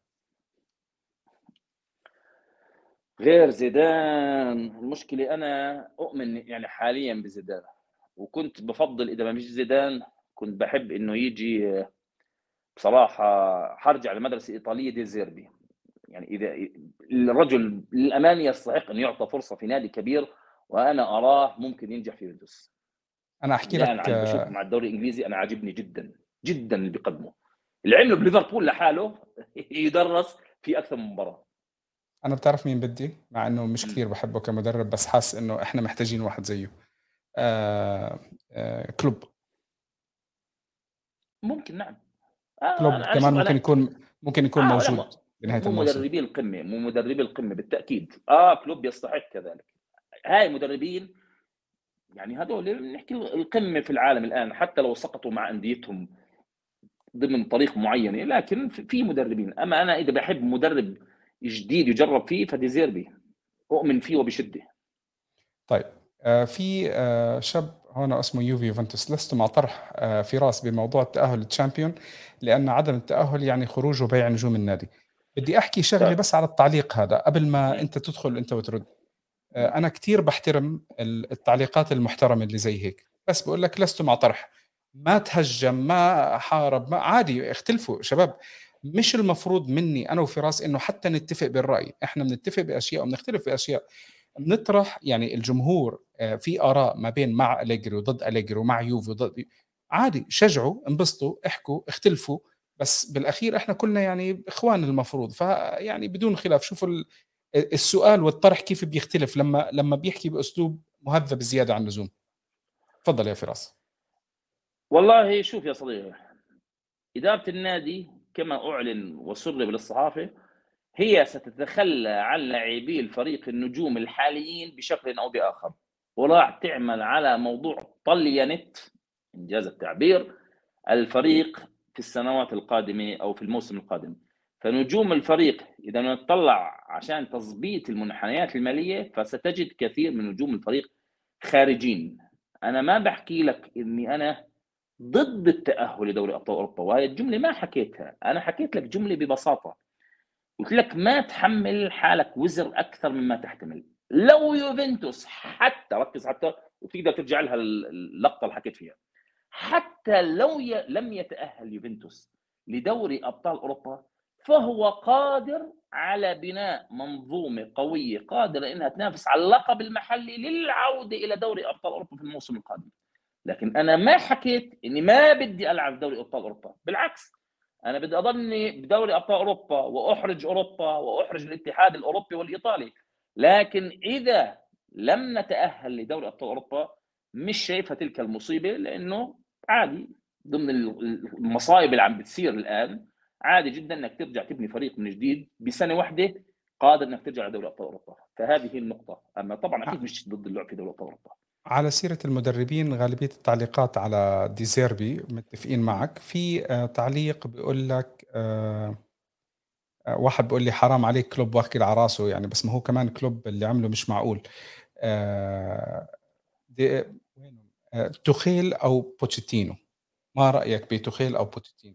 غير زيدان، المشكله انا اؤمن يعني حاليا بزيدان، وكنت بفضل اذا ما فيش زيدان كنت بحب انه يجي بصراحه. حرجع للمدرسه الايطاليه دي زيربي. يعني اذا الرجل للامانه يستحق ان يعطى فرصه في نادي كبير، وانا اراه ممكن ينجح في يوفنتوس. انا احكي بناء لك على اللي بشوفه مع الدوري الانجليزي انا عاجبني جدا جدا اللي بيقدمه. اللي عمله بليفربول لحاله يدرس في اكثر من مباراه. انا بتعرف مين بدي، مع انه مش مم. كثير بحبه كمدرب، بس حاسس انه احنا محتاجين واحد زيه. آه كلوب. ممكن، نعم. كلوب انا كمان شوف انا. ممكن يكون لا، موجود بنهاية مو الموسم. مدربي القمه، مو مدربي القمه بالتاكيد. كلوب يستحق كذلك. هاي مدربين يعني هذول نحكي القمه في العالم الان، حتى لو سقطوا مع انديتهم ضمن طريق معينه، لكن في مدربين. اما انا اذا بحب مدرب جديد يجرب فيه فديزيربي، اؤمن فيه وبشده. طيب في شاب هون اسمه يوفنتوس، لست مع طرح فراس بموضوع التأهل للتشامبيون، لأن عدم التأهل يعني خروج وبيع نجوم النادي. بدي أحكي شغلة طيب. بس على التعليق هذا قبل ما م- أنت تدخل أنت وترد. م. أنا كتير بحترم التعليقات المحترمة اللي زي هيك، بس بقول لك لست مع طرح. ما تهجم، ما حارب، ما عادي اختلفوا شباب. مش المفروض مني أنا وفراس إنه حتى نتفق بالرأي، إحنا بنتفق بأشياء وبنختلف بأشياء. بنطرح يعني الجمهور في آراء ما بين مع أليجري وضد أليجري ومع يوفي وضد، عادي شجعوا انبسطوا احكوا اختلفوا، بس بالأخير احنا كلنا يعني إخوان المفروض، فيعني بدون خلاف. شوفوا السؤال والطرح كيف بيختلف لما بيحكي بأسلوب مهذب زيادة عن اللزوم. تفضل يا فراس. والله شوف يا صديقي، اداره النادي كما اعلن وسرب للصحافه هي ستتخلى عن لاعبي الفريق النجوم الحاليين بشكل او باخر، وراح تعمل على موضوع طليانة، انجاز التعبير، الفريق في السنوات القادمه او في الموسم القادم. فنجوم الفريق اذا نطلع عشان تظبيط المنحنيات الماليه فستجد كثير من نجوم الفريق خارجين. انا ما بحكي لك اني انا ضد التاهل لدوري ابطال اوروبا، وهي الجمله ما حكيتها، انا حكيت لك جمله ببساطه. قلت لك ما تحمل حالك وزر اكثر مما تحتمل. لو يوفنتوس حتى ركز، حتى وتقدر ترجع لها اللقطه اللي حكيت فيها، حتى لو لم يتأهل يوفنتوس لدوري أبطال أوروبا فهو قادر على بناء منظومة قوية قادرة أنها تنافس على اللقب المحلي للعودة إلى دوري أبطال أوروبا في الموسم القادم. لكن أنا ما حكيت أني ما بدي ألعب دوري أبطال أوروبا، بالعكس، أنا بدي أضلني بدوري أبطال أوروبا وأحرج أوروبا وأحرج الاتحاد الأوروبي والإيطالي. لكن إذا لم نتأهل لدوري أبطال أوروبا مش شايفها تلك المصيبة، لأنه عادي ضمن المصايب اللي عم بتصير الان، عادي جدا انك ترجع تبني فريق من جديد بسنه واحده قادر انك ترجع لدوري ابطال اوروبا. فهذه هي النقطه. اما طبعا اكيد مش ضد اللعب في دوري ابطال اوروبا. على سيرة المدربين، غالبية التعليقات على ديزيربي متفقين معك. في تعليق بيقول لك واحد بيقول لي حرام عليك كلوب واكل على راسه يعني، بس ما هو كمان كلوب اللي عمله مش معقول. آه، وينه؟ توخيل أو بوتشيتينو؟ ما رأيك بتوخيل أو بوتشيتينو؟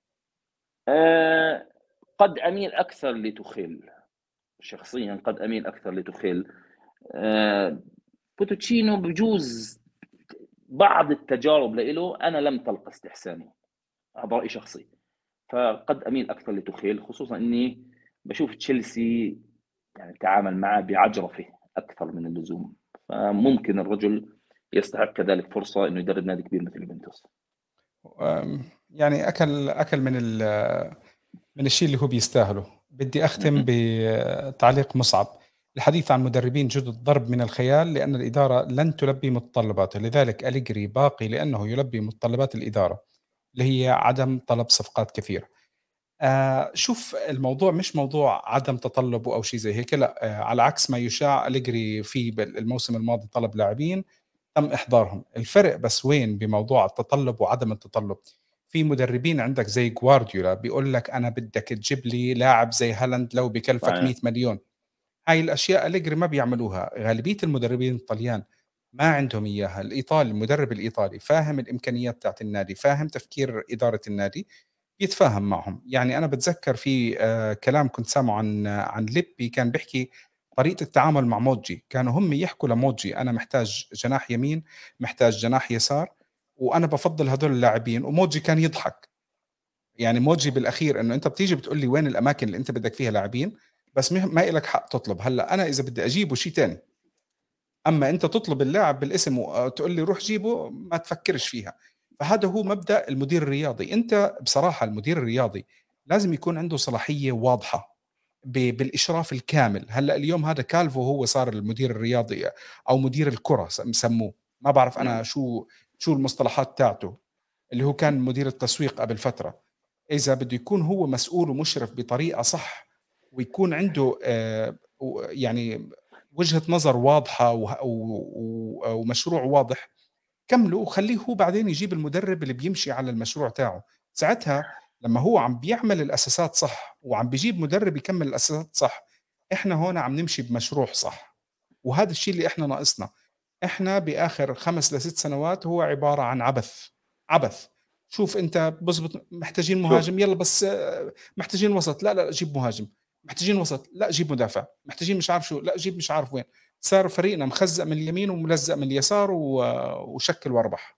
آه قد اميل اكثر لتخيل، شخصيا قد اميل اكثر لتخيل. بوتوتشينو بجوز بعض التجارب له انا لم تلقى استحساني، هذا راي شخصي. فقد اميل اكثر لتخيل، خصوصا اني بشوف تشيلسي يعني تعامل معه بعجرفه اكثر من اللزوم. فممكن الرجل يستحق كذلك فرصه انه يدرب نادي كبير مثل يوفنتوس. يعني أكل من الشيء اللي هو بيستاهله. بدي أختم بتعليق مصعب: الحديث عن مدربين جدد ضرب من الخيال، لأن الإدارة لن تلبي متطلباته، لذلك أليجري باقي لأنه يلبي متطلبات الإدارة اللي هي عدم طلب صفقات كثيرة. شوف، الموضوع مش موضوع عدم تطلُّبه أو شي زي هيك، لأ، على عكس ما يُشاع، أليجري في الموسم الماضي طلب لاعبين تم إحضارهم. الفرق بس وين بموضوع التطلُّب وعدم التطلُّب؟ في مدربين عندك زي جوارديولا بيقول لك أنا بدك تجيب لي لاعب زي هالاند لو بكلفك صحيح. 100 مليون. هاي الأشياء أليجري ما بيعملوها، غالبية المدربين الطليان ما عندهم إياها. المدرب الإيطالي فاهم الإمكانيات تاعة النادي، فاهم تفكير إدارة النادي، يتفاهم معهم. يعني أنا باتذكّر في كلام كنت سامعه عن ليبي، كان بيحكي طريقة التعامل مع موجي، كانوا هم يحكوا لموجي أنا محتاج جناح يمين، محتاج جناح يسار، وأنا بافضّل هدول اللاعبين، وموجي كان يضحك. يعني موجي بالأخير إنه أنت بتيجي بتقول لي وين الأماكن اللي أنت بدك فيها لاعبين، بس ما إلك حق تطلب. هلأ أنا إذا بدي أجيبه شي تاني، أمّا أنت تطلب اللاعب بالاسم وتقول لي روح جيبه، ما تفكّرش فيها. فهذا هو مبدأ المدير الرياضي. أنت بصراحة المدير الرياضي لازم يكون عنده صلاحية واضحة بالإشراف الكامل. هلأ اليوم هذا كالفو هو صار المدير الرياضي أو مدير الكرة مسموه، ما باعرف أنا نعم. شو المصطلحات تاعته، اللي هو كان مدير التسويق قبل فترة. إذا بده يكون هو مسؤول ومشرف بطريقة صح، ويكون عنده يعني وجهة نظر واضحة ومشروع واضح، كمّله وخلّيه هو بعدين يجيب المدرب اللي بيمشي على المشروع تاعه. ساعتها لمّا هو عم بيعمل الأساسات صح، وعم بيجيب مدرب يكمّل الأساسات صح، إحنا هون عم نمشي بمشروع صح. وهذا الشي اللي إحنا ناقصنا. إحنا بآخر 5 ل6 سنوات هو عبارة عن عبث، عبث. شوف أنت بزبط، محتاجين شوف مهاجم، يالّا بس محتاجين وسط، لا، لا، جيب مهاجم. محتاجين وسط، لأ جيب مدافع. محتاجين مش عارف شو، لأ جيب مش عارف وين. صار فريقنا مخزّق من اليمين وملزّق من اليسار وشكّل واربح.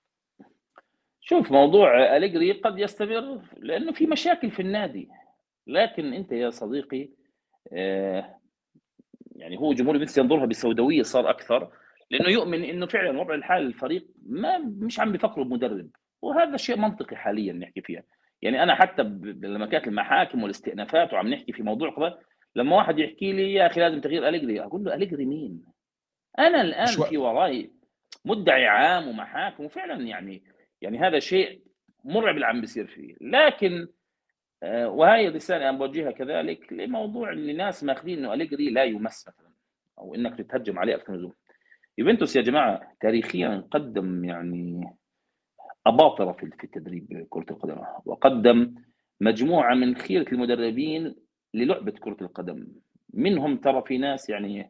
شوف موضوع أليجري قد يستمر لأنه في مشاكل في النادي، لكن أنت يا صديقي آآ يعني هو جمهور يوفنتوس ينظرها بسوداوية صار أكثر، لأنه يؤمن إنه فعلًا وضع الحال الفريق مش عم بيفكروا بمدرب، وهذا شيء منطقي حاليًا نحكي فيها. يعني أنا حتى لمّا كانت المحاكم والاستئنافات وعم نحكي في موضوع كذا، لمّا واحد يحكي لي يا أخي لازم تغيير أليجري، أقول له أليجري مين؟ أنا مش الآن و في وراي مدعي عام ومحاكم، وفعلًا يعني هذا شيء مرعب اللي عم بيصير فيه، لكن وهي الرسالة أنا باوجّهها كذلك لموضوع اللي ناس ماخذين إنه أليجري لا يُمَس مثلًا، أو إنك تتهجم عليه أكثر من اللزوم. يوفنتوس يا جماعة تاريخيًا قدّم يعني أباطرة في تدريب كرة القدم، وقدّم مجموعة من خيرة المدربين للعبة كرة القدم. منهم ترى في ناس يعني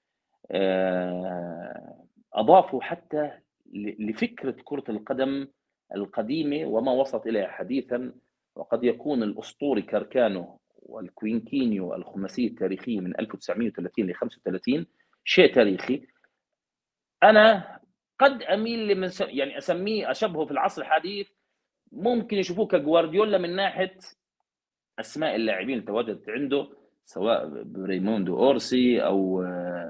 أضافوا حتى لفكرة كرة القدم القديمة وما وصلت إليها حديثًا، وقد يكون الأسطوري كاركانو والكوينكينيو الخماسية التاريخية من 1930 ل35 شيء تاريخي. أنا قد أميل يعني أسميه أشبهه في العصر الحديث، ممكن يشوفوه كجوارديولا من ناحية أسماء اللاعبين اللي تواجدت عنده، سواء بريموندو أورسي أو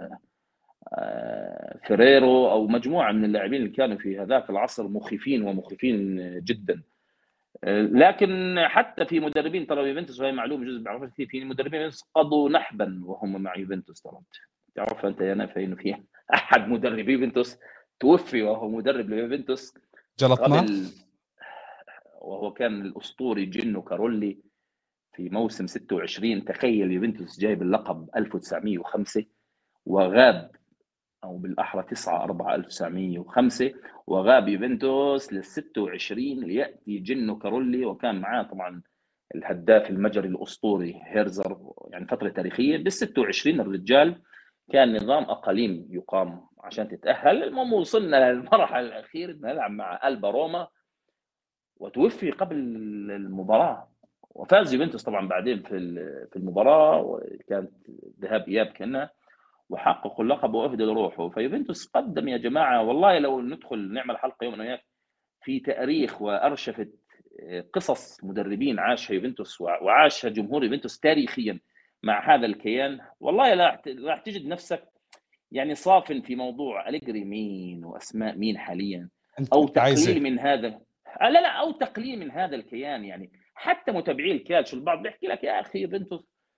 فيريرو أو مجموعة من اللاعبين اللي كانوا في هذاك العصر مخيفين ومخيفين جدا. لكن حتى في مدربين ترى يوفنتوس، وهي معلومه جزء بعرفها كثير، في مدربين يوفنتوس قضوا نحبا وهم مع يوفنتوس. ترى تعرف انت يا نافع انه في احد مدربي يوفنتوس توفي وهو مدرب ليوفنتوس جلطنا. قبل، وهو كان الاسطوري جينو كارولي في موسم 26. تخيل يوفنتوس جايب اللقب 1905 وغاب، أو بالأحرى 9/4/1905، وغاب يوفنتوس لل26 ليأتي جينو كارولي، وكان معاه طبعا الهداف المجري الأسطوري هيرزر. يعني فترة تاريخية. بال26 الرجال كان نظام أقاليم يقام عشان تتأهل. المهم وصلنا للمرحلة الأخيرة نلعب مع ألبا روما، وتوفي قبل المباراة. وفاز يوفنتوس طبعا بعدين في المباراة، وكانت ذهاب إياب كنا، وحققوا اللقب واهدوا لروحه. فيوفنتوس قدم يا جماعه، والله لو ندخل نعمل حلقه يوم انا وياك في تاريخ وارشفه قصص مدربين عاشها يوفنتوس وعاشها جمهور يوفنتوس تاريخيا مع هذا الكيان، والله راح تجد نفسك يعني صافن في موضوع أليجري مين واسماء مين حاليا، او أنت عايز تقليل هيك. من هذا. لا، او تقليل من هذا الكيان. يعني حتى متابعي الكالتشو البعض بيحكي لك يا اخي يوفنتوس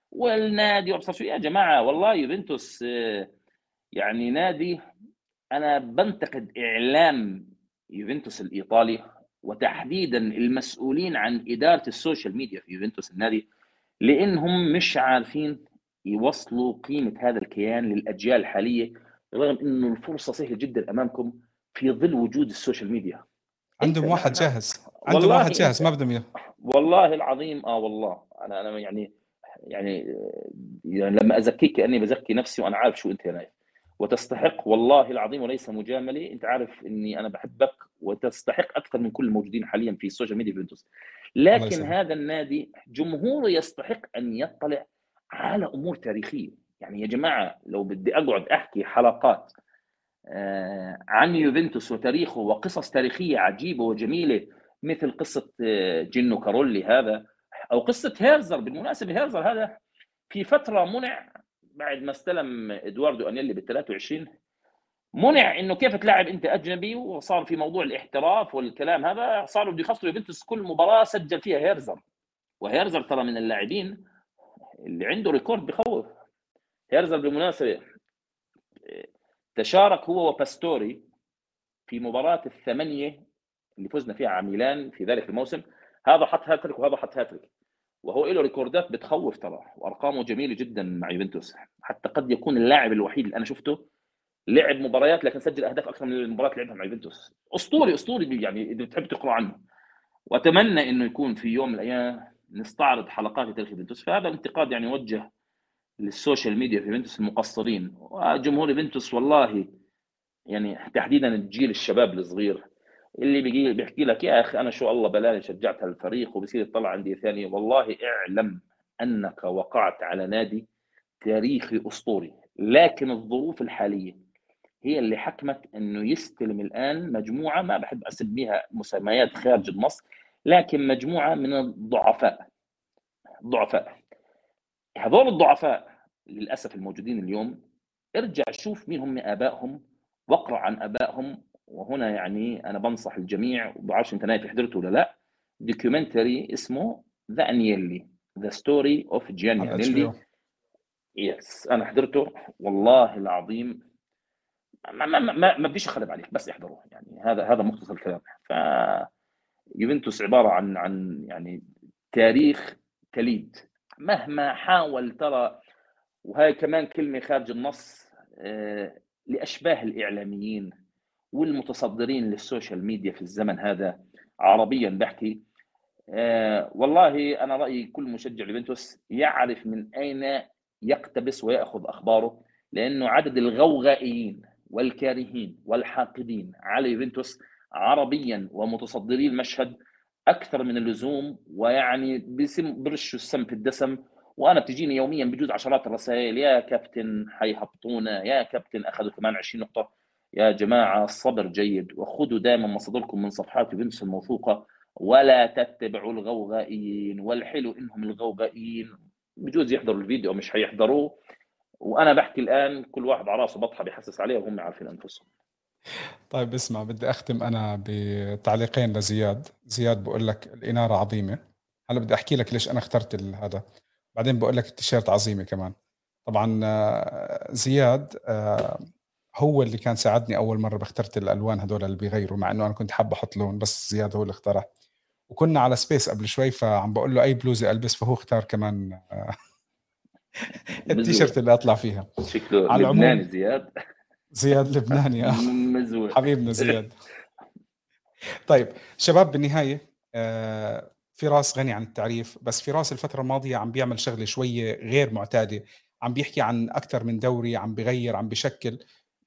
والنادي وابصر شو يا جماعه. والله يوفنتوس يعني نادي، انا بنتقد اعلام يوفنتوس الايطالي، وتحديدا المسؤولين عن اداره السوشيال ميديا في يوفنتوس النادي، لانهم مش عارفين يوصلوا قيمه هذا الكيان للاجيال الحاليه، رغم انه الفرصه سهله جدا امامكم في ظل وجود السوشيال ميديا. انت عندهم واحد جاهز، عندهم والله واحد جاهز انت، ما بدهم اياه. والله العظيم والله انا يعني يعني لما ازكيك كاني بزكي نفسي، وانا عارف شو انت يا نايف، وتستحق والله العظيم وليس مجامله. انت عارف اني انا بحبك، وتستحق اكثر من كل الموجودين حاليا في السوشيال ميديا فينتوس. الله لكن يسلمك. هذا النادي جمهوره يستحق ان يطلع على امور تاريخيه. يعني يا جماعه لو بدي اقعد احكي حلقات عن يوفنتوس وتاريخه وقصص تاريخيه عجيبه وجميله، مثل قصه جينو كارولي هذا، او قصه هيرزر. بالمناسبه هيرزر هذا في فتره منع بعد ما استلم ادواردو انيلي بال 23، منع انه كيف تلعب انت اجنبي، وصار في موضوع الاحتراف والكلام هذا، صاروا بده يخسروا يوفنتوس كل مباراه سجل فيها هيرزر. وهيرزر ترى من اللاعبين اللي عنده ريكورد بخوف. هيرزر بالمناسبه تشارك هو وباستوري في مباراه الثمانيه اللي فزنا فيها على ميلان في ذلك الموسم. هذا حط هاتريك وهذا حط هاتريك، وهو له ريكوردات بتخوف ترى، وارقامه جميله جدا مع يوفنتوس. حتى قد يكون اللاعب الوحيد اللي انا شفته لعب مباريات لكن سجل اهداف اكثر من المباريات اللي لعبها مع يوفنتوس. اسطوري اسطوري يعني، اذا بتحب تقرا عنه. واتمنى انه يكون في يوم من الايام نستعرض حلقات تاريخ يوفنتوس. فهذا الانتقاد يعني موجه للسوشيال ميديا في يوفنتوس المقصرين وجمهور يوفنتوس. والله يعني تحديدا الجيل الشباب الصغير اللي بيحكي لك يا اخي انا شو الله بلاني شجعت هالفريق، وبصير يطلع عندي ثانيه. والله اعلم انك وقعت على نادي تاريخي اسطوري، لكن الظروف الحاليه هي اللي حكمت انه يستلم الان مجموعه، ما بحب اسميها مسميات خارج النص، لكن مجموعه من الضعفاء. ضعفاء، هذول الضعفاء للاسف الموجودين اليوم. ارجع شوف مين هم ابائهم واقرا عن ابائهم. وهنا يعني انا بنصح الجميع، وبعرفش انت نايف حضرته ولا لا، دوكيومنتري اسمه ذا انيلي، ذا ستوري اوف جياني على HBO. انيلي. يس انا حضرته والله العظيم. ما بديش اخرب عليك، بس احضروه. يعني هذا مختصر الكلام. ف يوفنتوس عباره عن يعني تاريخ تليد مهما حاول ترى. وهي كمان كلمه خارج النص لاشباه الاعلاميين والمتصدرين للسوشيال ميديا في الزمن هذا، عربيا بحكي. والله انا رايي كل مشجع ليفنتوس يعرف من اين يقتبس وياخذ اخباره، لانه عدد الغوغائيين والكارهين والحاقدين على يوفنتوس عربيا ومتصدري المشهد اكثر من اللزوم، ويعني برشوا السم في الدسم. وانا بتجيني يوميا بجوز عشرات الرسائل: يا كابتن حيهبطونا، يا كابتن اخذوا كمان 20 نقطه. يا جماعه الصبر جيد، وخذوا دائما مصادركم من صفحات يوفنتوس الموثوقه، ولا تتبعوا الغوغائيين. والحلو انهم الغوغائيين بجوز يحضروا الفيديو مش حيحضروه. وانا بحكي الان كل واحد على راسه بطحه بيحسس عليها وهم عارفين انفسهم. طيب اسمع، بدي أختم أنا بتعليقين لزياد. زياد بقول لك الإنارة عظيمة. هلا بدي أحكي لك ليش أنا اخترت هذا، بعدين بقول لك التيشيرت عظيمة كمان. طبعا زياد هو اللي كان ساعدني أول مرة باخترت الألوان هدول اللي بيغيروا، مع إنه أنا كنت حابة أحط لون، بس زياد هو اللي اختاره. وكنا على سبيس قبل شوي، فعم بقول له أي بلوزة ألبس، فهو اختار كمان التيشيرت مزوع، اللي أطلع فيها. شكله على لبناني العموم زياد. زياد لبناني مزوع. حبيبنا زياد. طيب شباب، بالنهاية فراس غني عن التعريف، بس فراس الفترة الماضية عم بيعمل شغلة شوية غير معتادة. عم بيحكي عن أكثر من دوري، عم بغير، عم بشكل،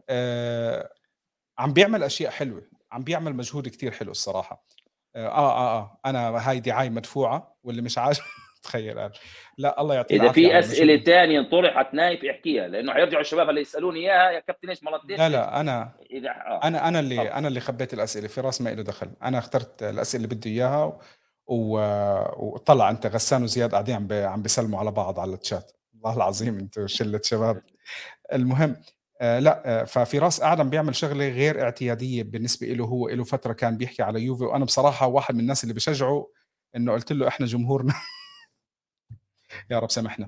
عم بيعمل أشياء حلوة، عم بيعمل مجهود كتير حلو الصراحة. أنا هاي دعاية مدفوعة واللي مش عاجب تخيل قال لا، الله يعطيه اذا العافية في على اسئله المجهود. ثانيه طرحت نايف احكيها، لانه حيرجعوا الشباب اللي يسالوني اياها: يا كابتن ليش ما ردتش، لا ليش؟ لا، اذا انا اللي تفضل. انا اللي خبيت الاسئله، فراس ما له دخل. انا اخترت الاسئله اللي بدي اياها وطلع انت غسان وزياد قاعدين عم بيسلموا على بعض على الشات. والله العظيم انتوا شله شباب. المهم لا ففراس قاعد عم بيعمل شغله غير اعتياديه بالنسبه له. هو له فتره كان بيحكي على يوفي، وانا بصراحه واحد من الناس اللي بشجعه، انه قلت له احنا جمهورنا يا رب سامحنا.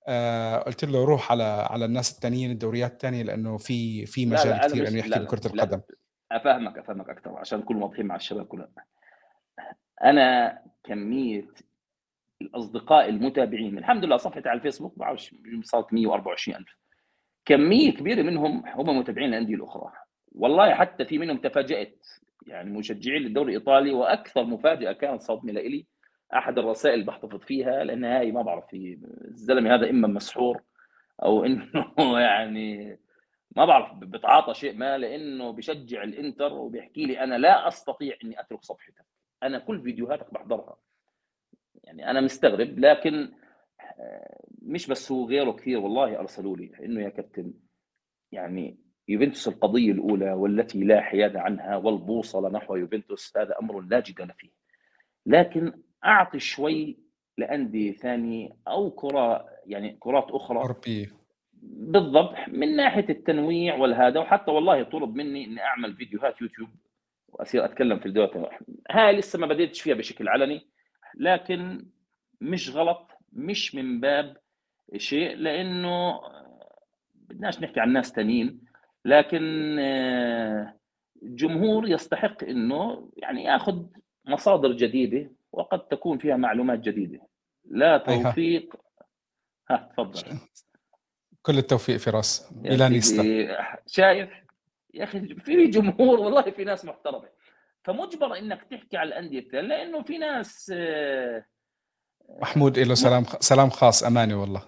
قلت له روح على الناس التانيين الدوريات التانية، لأنه في لا مجال لا انا كتير مش، إنه يحكي لا لا بكرة لا القدم. افهمك اكثر عشان نكون واضحين مع الشباب كلنا. انا كميه الاصدقاء المتابعين الحمد لله صفحتي على الفيسبوك ما بعرفش وصلت 124,000، كميه كبيره منهم هم متابعين الانديه الاخرى. والله حتى في منهم تفاجات، يعني مشجعين للدوري الايطالي، واكثر مفاجاه كانت صادمه لإلي احد الرسائل اللي بحتفظ فيها، لان هاي ما بعرف في الزلمه هذا اما مسحور او انه يعني ما بعرف بتعاطى شيء ما، لانه بشجع الانتر وبيحكي لي انا لا استطيع اني اترك صفحتك، انا كل فيديوهاتك بحضرها. يعني انا مستغرب، لكن مش بس هو، غيره كثير والله ارسلوا لي انه يا كابتن يعني يوفنتوس القضيه الاولى والتي لا حياد عنها والبوصله نحو يوفنتوس هذا امر لا جدال فيه، لكن اعطي شوي لانديه ثانيه او كره، يعني كرات اخرى. أوروبية. بالضبط، من ناحيه التنويع والهذا، وحتى والله طلب مني اني اعمل فيديوهات يوتيوب واصير اتكلم في الدوري. هاي لسه ما بديتش فيها بشكل علني، لكن مش غلط، مش من باب شيء، لانه بدناش نحكي عن ناس تانيين، لكن الجمهور يستحق انه يعني ياخذ مصادر جديده وقد تكون فيها معلومات جديده. لا هيها، توفيق. ها تفضل. كل التوفيق فراس، يا ميلانيستا. سيدي شايف يا اخي في جمهور والله، في ناس محترمه، فمجبر انك تحكي على الانديه الثانيه، لانه في ناس محمود له م- سلام خاص أماني والله.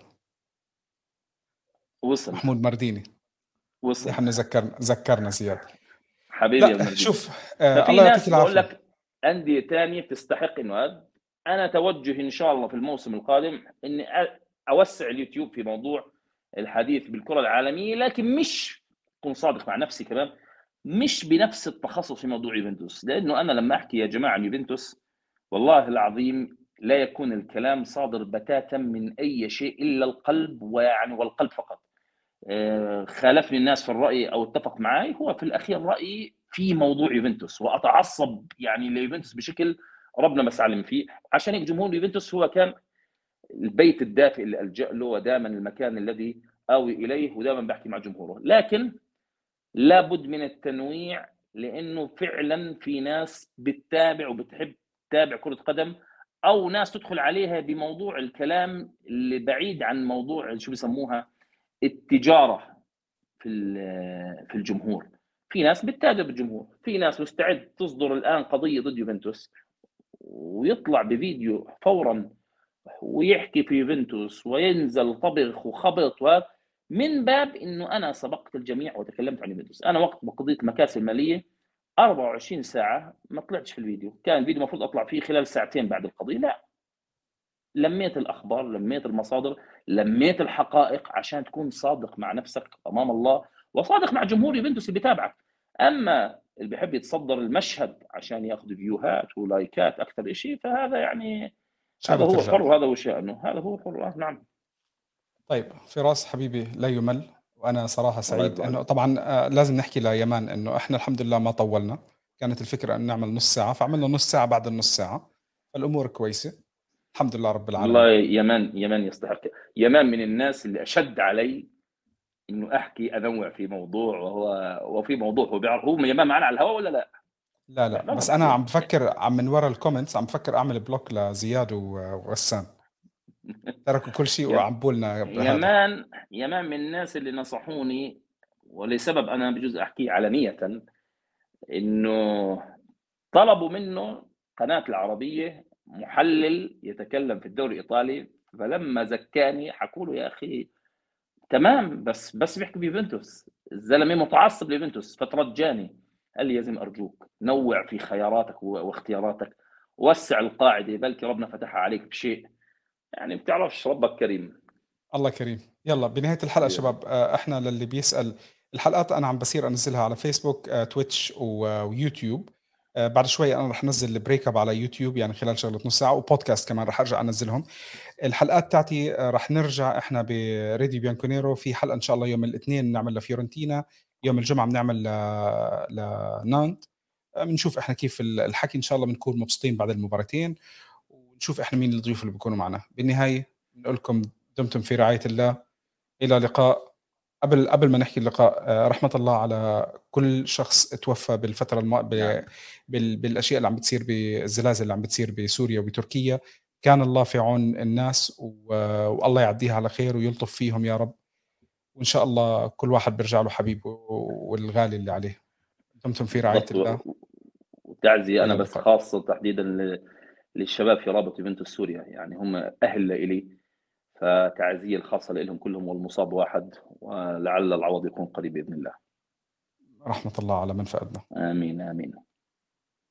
وصل محمود مرديني. وصل. احنا ذكرنا زياد. حبيبي يا لا المردين. شوف، ففي الله يعطيك ناس بقول العافية. لك انديه ثانيه تستحق انه هذا. انا توجهي ان شاء الله في الموسم القادم اني اوسع اليوتيوب في موضوع الحديث بالكره العالميه، لكن مش، اكون صادق مع نفسي كمان، مش بنفس التخصص في موضوع يوفنتوس، لانه انا لما احكي يا جماعه عن يوفنتوس والله العظيم لا يكون الكلام صادر بتاتا من اي شيء الا القلب، ويعني والقلب فقط. خالفني الناس في الراي او اتفق معي، هو في الاخير رايي في موضوع يوفنتوس، واتعصب يعني ليوفنتوس بشكل ربنا بس علم فيه. عشان هيك جمهور يوفنتوس هو كان البيت الدافئ اللي الجا له، ودائما المكان الذي اوي اليه، ودائما بحكي مع جمهوره. لكن لابد من التنويع، لانه فعلا في ناس بتتابع وبتحب تتابع كره قدم، او ناس تدخل عليها بموضوع الكلام اللي بعيد عن موضوع شو بيسموها التجاره في الجمهور. في ناس بتتاجر بالجمهور، في ناس مستعد تصدر الان قضيه ضد يوفنتوس ويطلع بفيديو فورا ويحكي في يوفنتوس وينزل طبخ وخبط من باب انه انا سبقت الجميع وتكلمت عن يوفنتوس. انا وقت قضيه المكاسب الماليه 24 ساعه ما طلعتش في الفيديو، كان الفيديو المفروض اطلع فيه خلال ساعتين بعد القضيه، لا، لميت الاخبار، لميت المصادر، لميت الحقائق عشان تكون صادق مع نفسك امام الله وصادق مع جمهور يوفنتوس اللي بيتابعك. اما اللي بيحب يتصدر المشهد عشان ياخذ فيوهات ولايكات اكثر شيء، فهذا يعني هذا شغلة هو الرجال. حر، وهذا هو شأنه، هذا هو حر. نعم. طيب فراس حبيبي لا يمل، وأنا صراحة الله سعيد يرضى إنه عليك. طبعا لازم نحكي ليمان إنه إحنا الحمد لله ما طولنا. كانت الفكرة أن نعمل نص ساعة، فعملنا نص ساعة بعد النص ساعة، فالأمور كويسة الحمد لله رب والله العالمين. يمان يستحق. يمان من الناس اللي اشد علي انه احكي انوع في موضوع، وفي موضوع هو بيعرف. هو يمان معنا على الهواء ولا لا؟ لا لا لا، لا لا بس أنا بعدين. عم بفكر، عم من ورا الكومنتس عم بفكر أعمل بلوك لزياد وغسان، تركوا كل شيء يا وعبولنا بهذا. يمان من الناس اللي نصحوني، ولسبب انا بجوز احكيه علنيه، انه طلبوا منه قناه العربيه محلل يتكلم في الدوري الايطالي، فلما زكاني حكوا له يا اخي تمام، بس بيحكي بيوفنتوس، الزلمه متعصب ليوفنتوس، فترجاني قال لي يزم ارجوك نوع في خياراتك واختياراتك، وسع القاعده، بلكي ربنا فتحها عليك بشيء، يعني بتعرفش ربك كريم. الله كريم. يلا بنهاية الحلقة حبيبي. شباب، احنا للي بيسأل، الحلقات انا عم بصير انزلها على فيسبوك، تويتش ويوتيوب. بعد شوي انا رح انزل البريك اب على يوتيوب، يعني خلال شغلة نص ساعة، وبودكاست كمان رح ارجع انزلهم. الحلقات تاعتي رح نرجع احنا بريدي بيانكونيرو في حلقة ان شاء الله يوم الاثنين بنعمل لفيورنتينا، يوم الجمعة بنعمل لنانت. بنشوف احنا كيف الحكي، ان شاء الله بنكون مبسوطين بعد المباراتين، ونشوف احنا مين الضيوف اللي بيكونوا معنا. بالنهاية بنقول لكم دمتم في رعاية الله، إلى لقاء. قبل ما نحكي اللقاء، رحمة الله على كل شخص توفى بالفترة نعم. بالأشياء اللي عم بتصير، بالزلازل اللي عم بتصير بسوريا وبتركيا. كان الله في عون الناس، والله يعديها على خير ويلطف فيهم يا رب. وإن شاء الله كل واحد بيرجع له حبيبه والغالي اللي عليه. دمتم في رعاية بالضبط. الله، وتعزية أنا وإلى بس اللقاء. خاصة تحديدًا للشباب في رابطة يوفنتوس سوريا، يعني هم أهل لإلي، فتعزية الخاصة لإلهم كلهم، والمصاب واحد، ولعل العوض يكون قريب بإذن الله. رحمة الله على من فقدنا. آمين، آمين.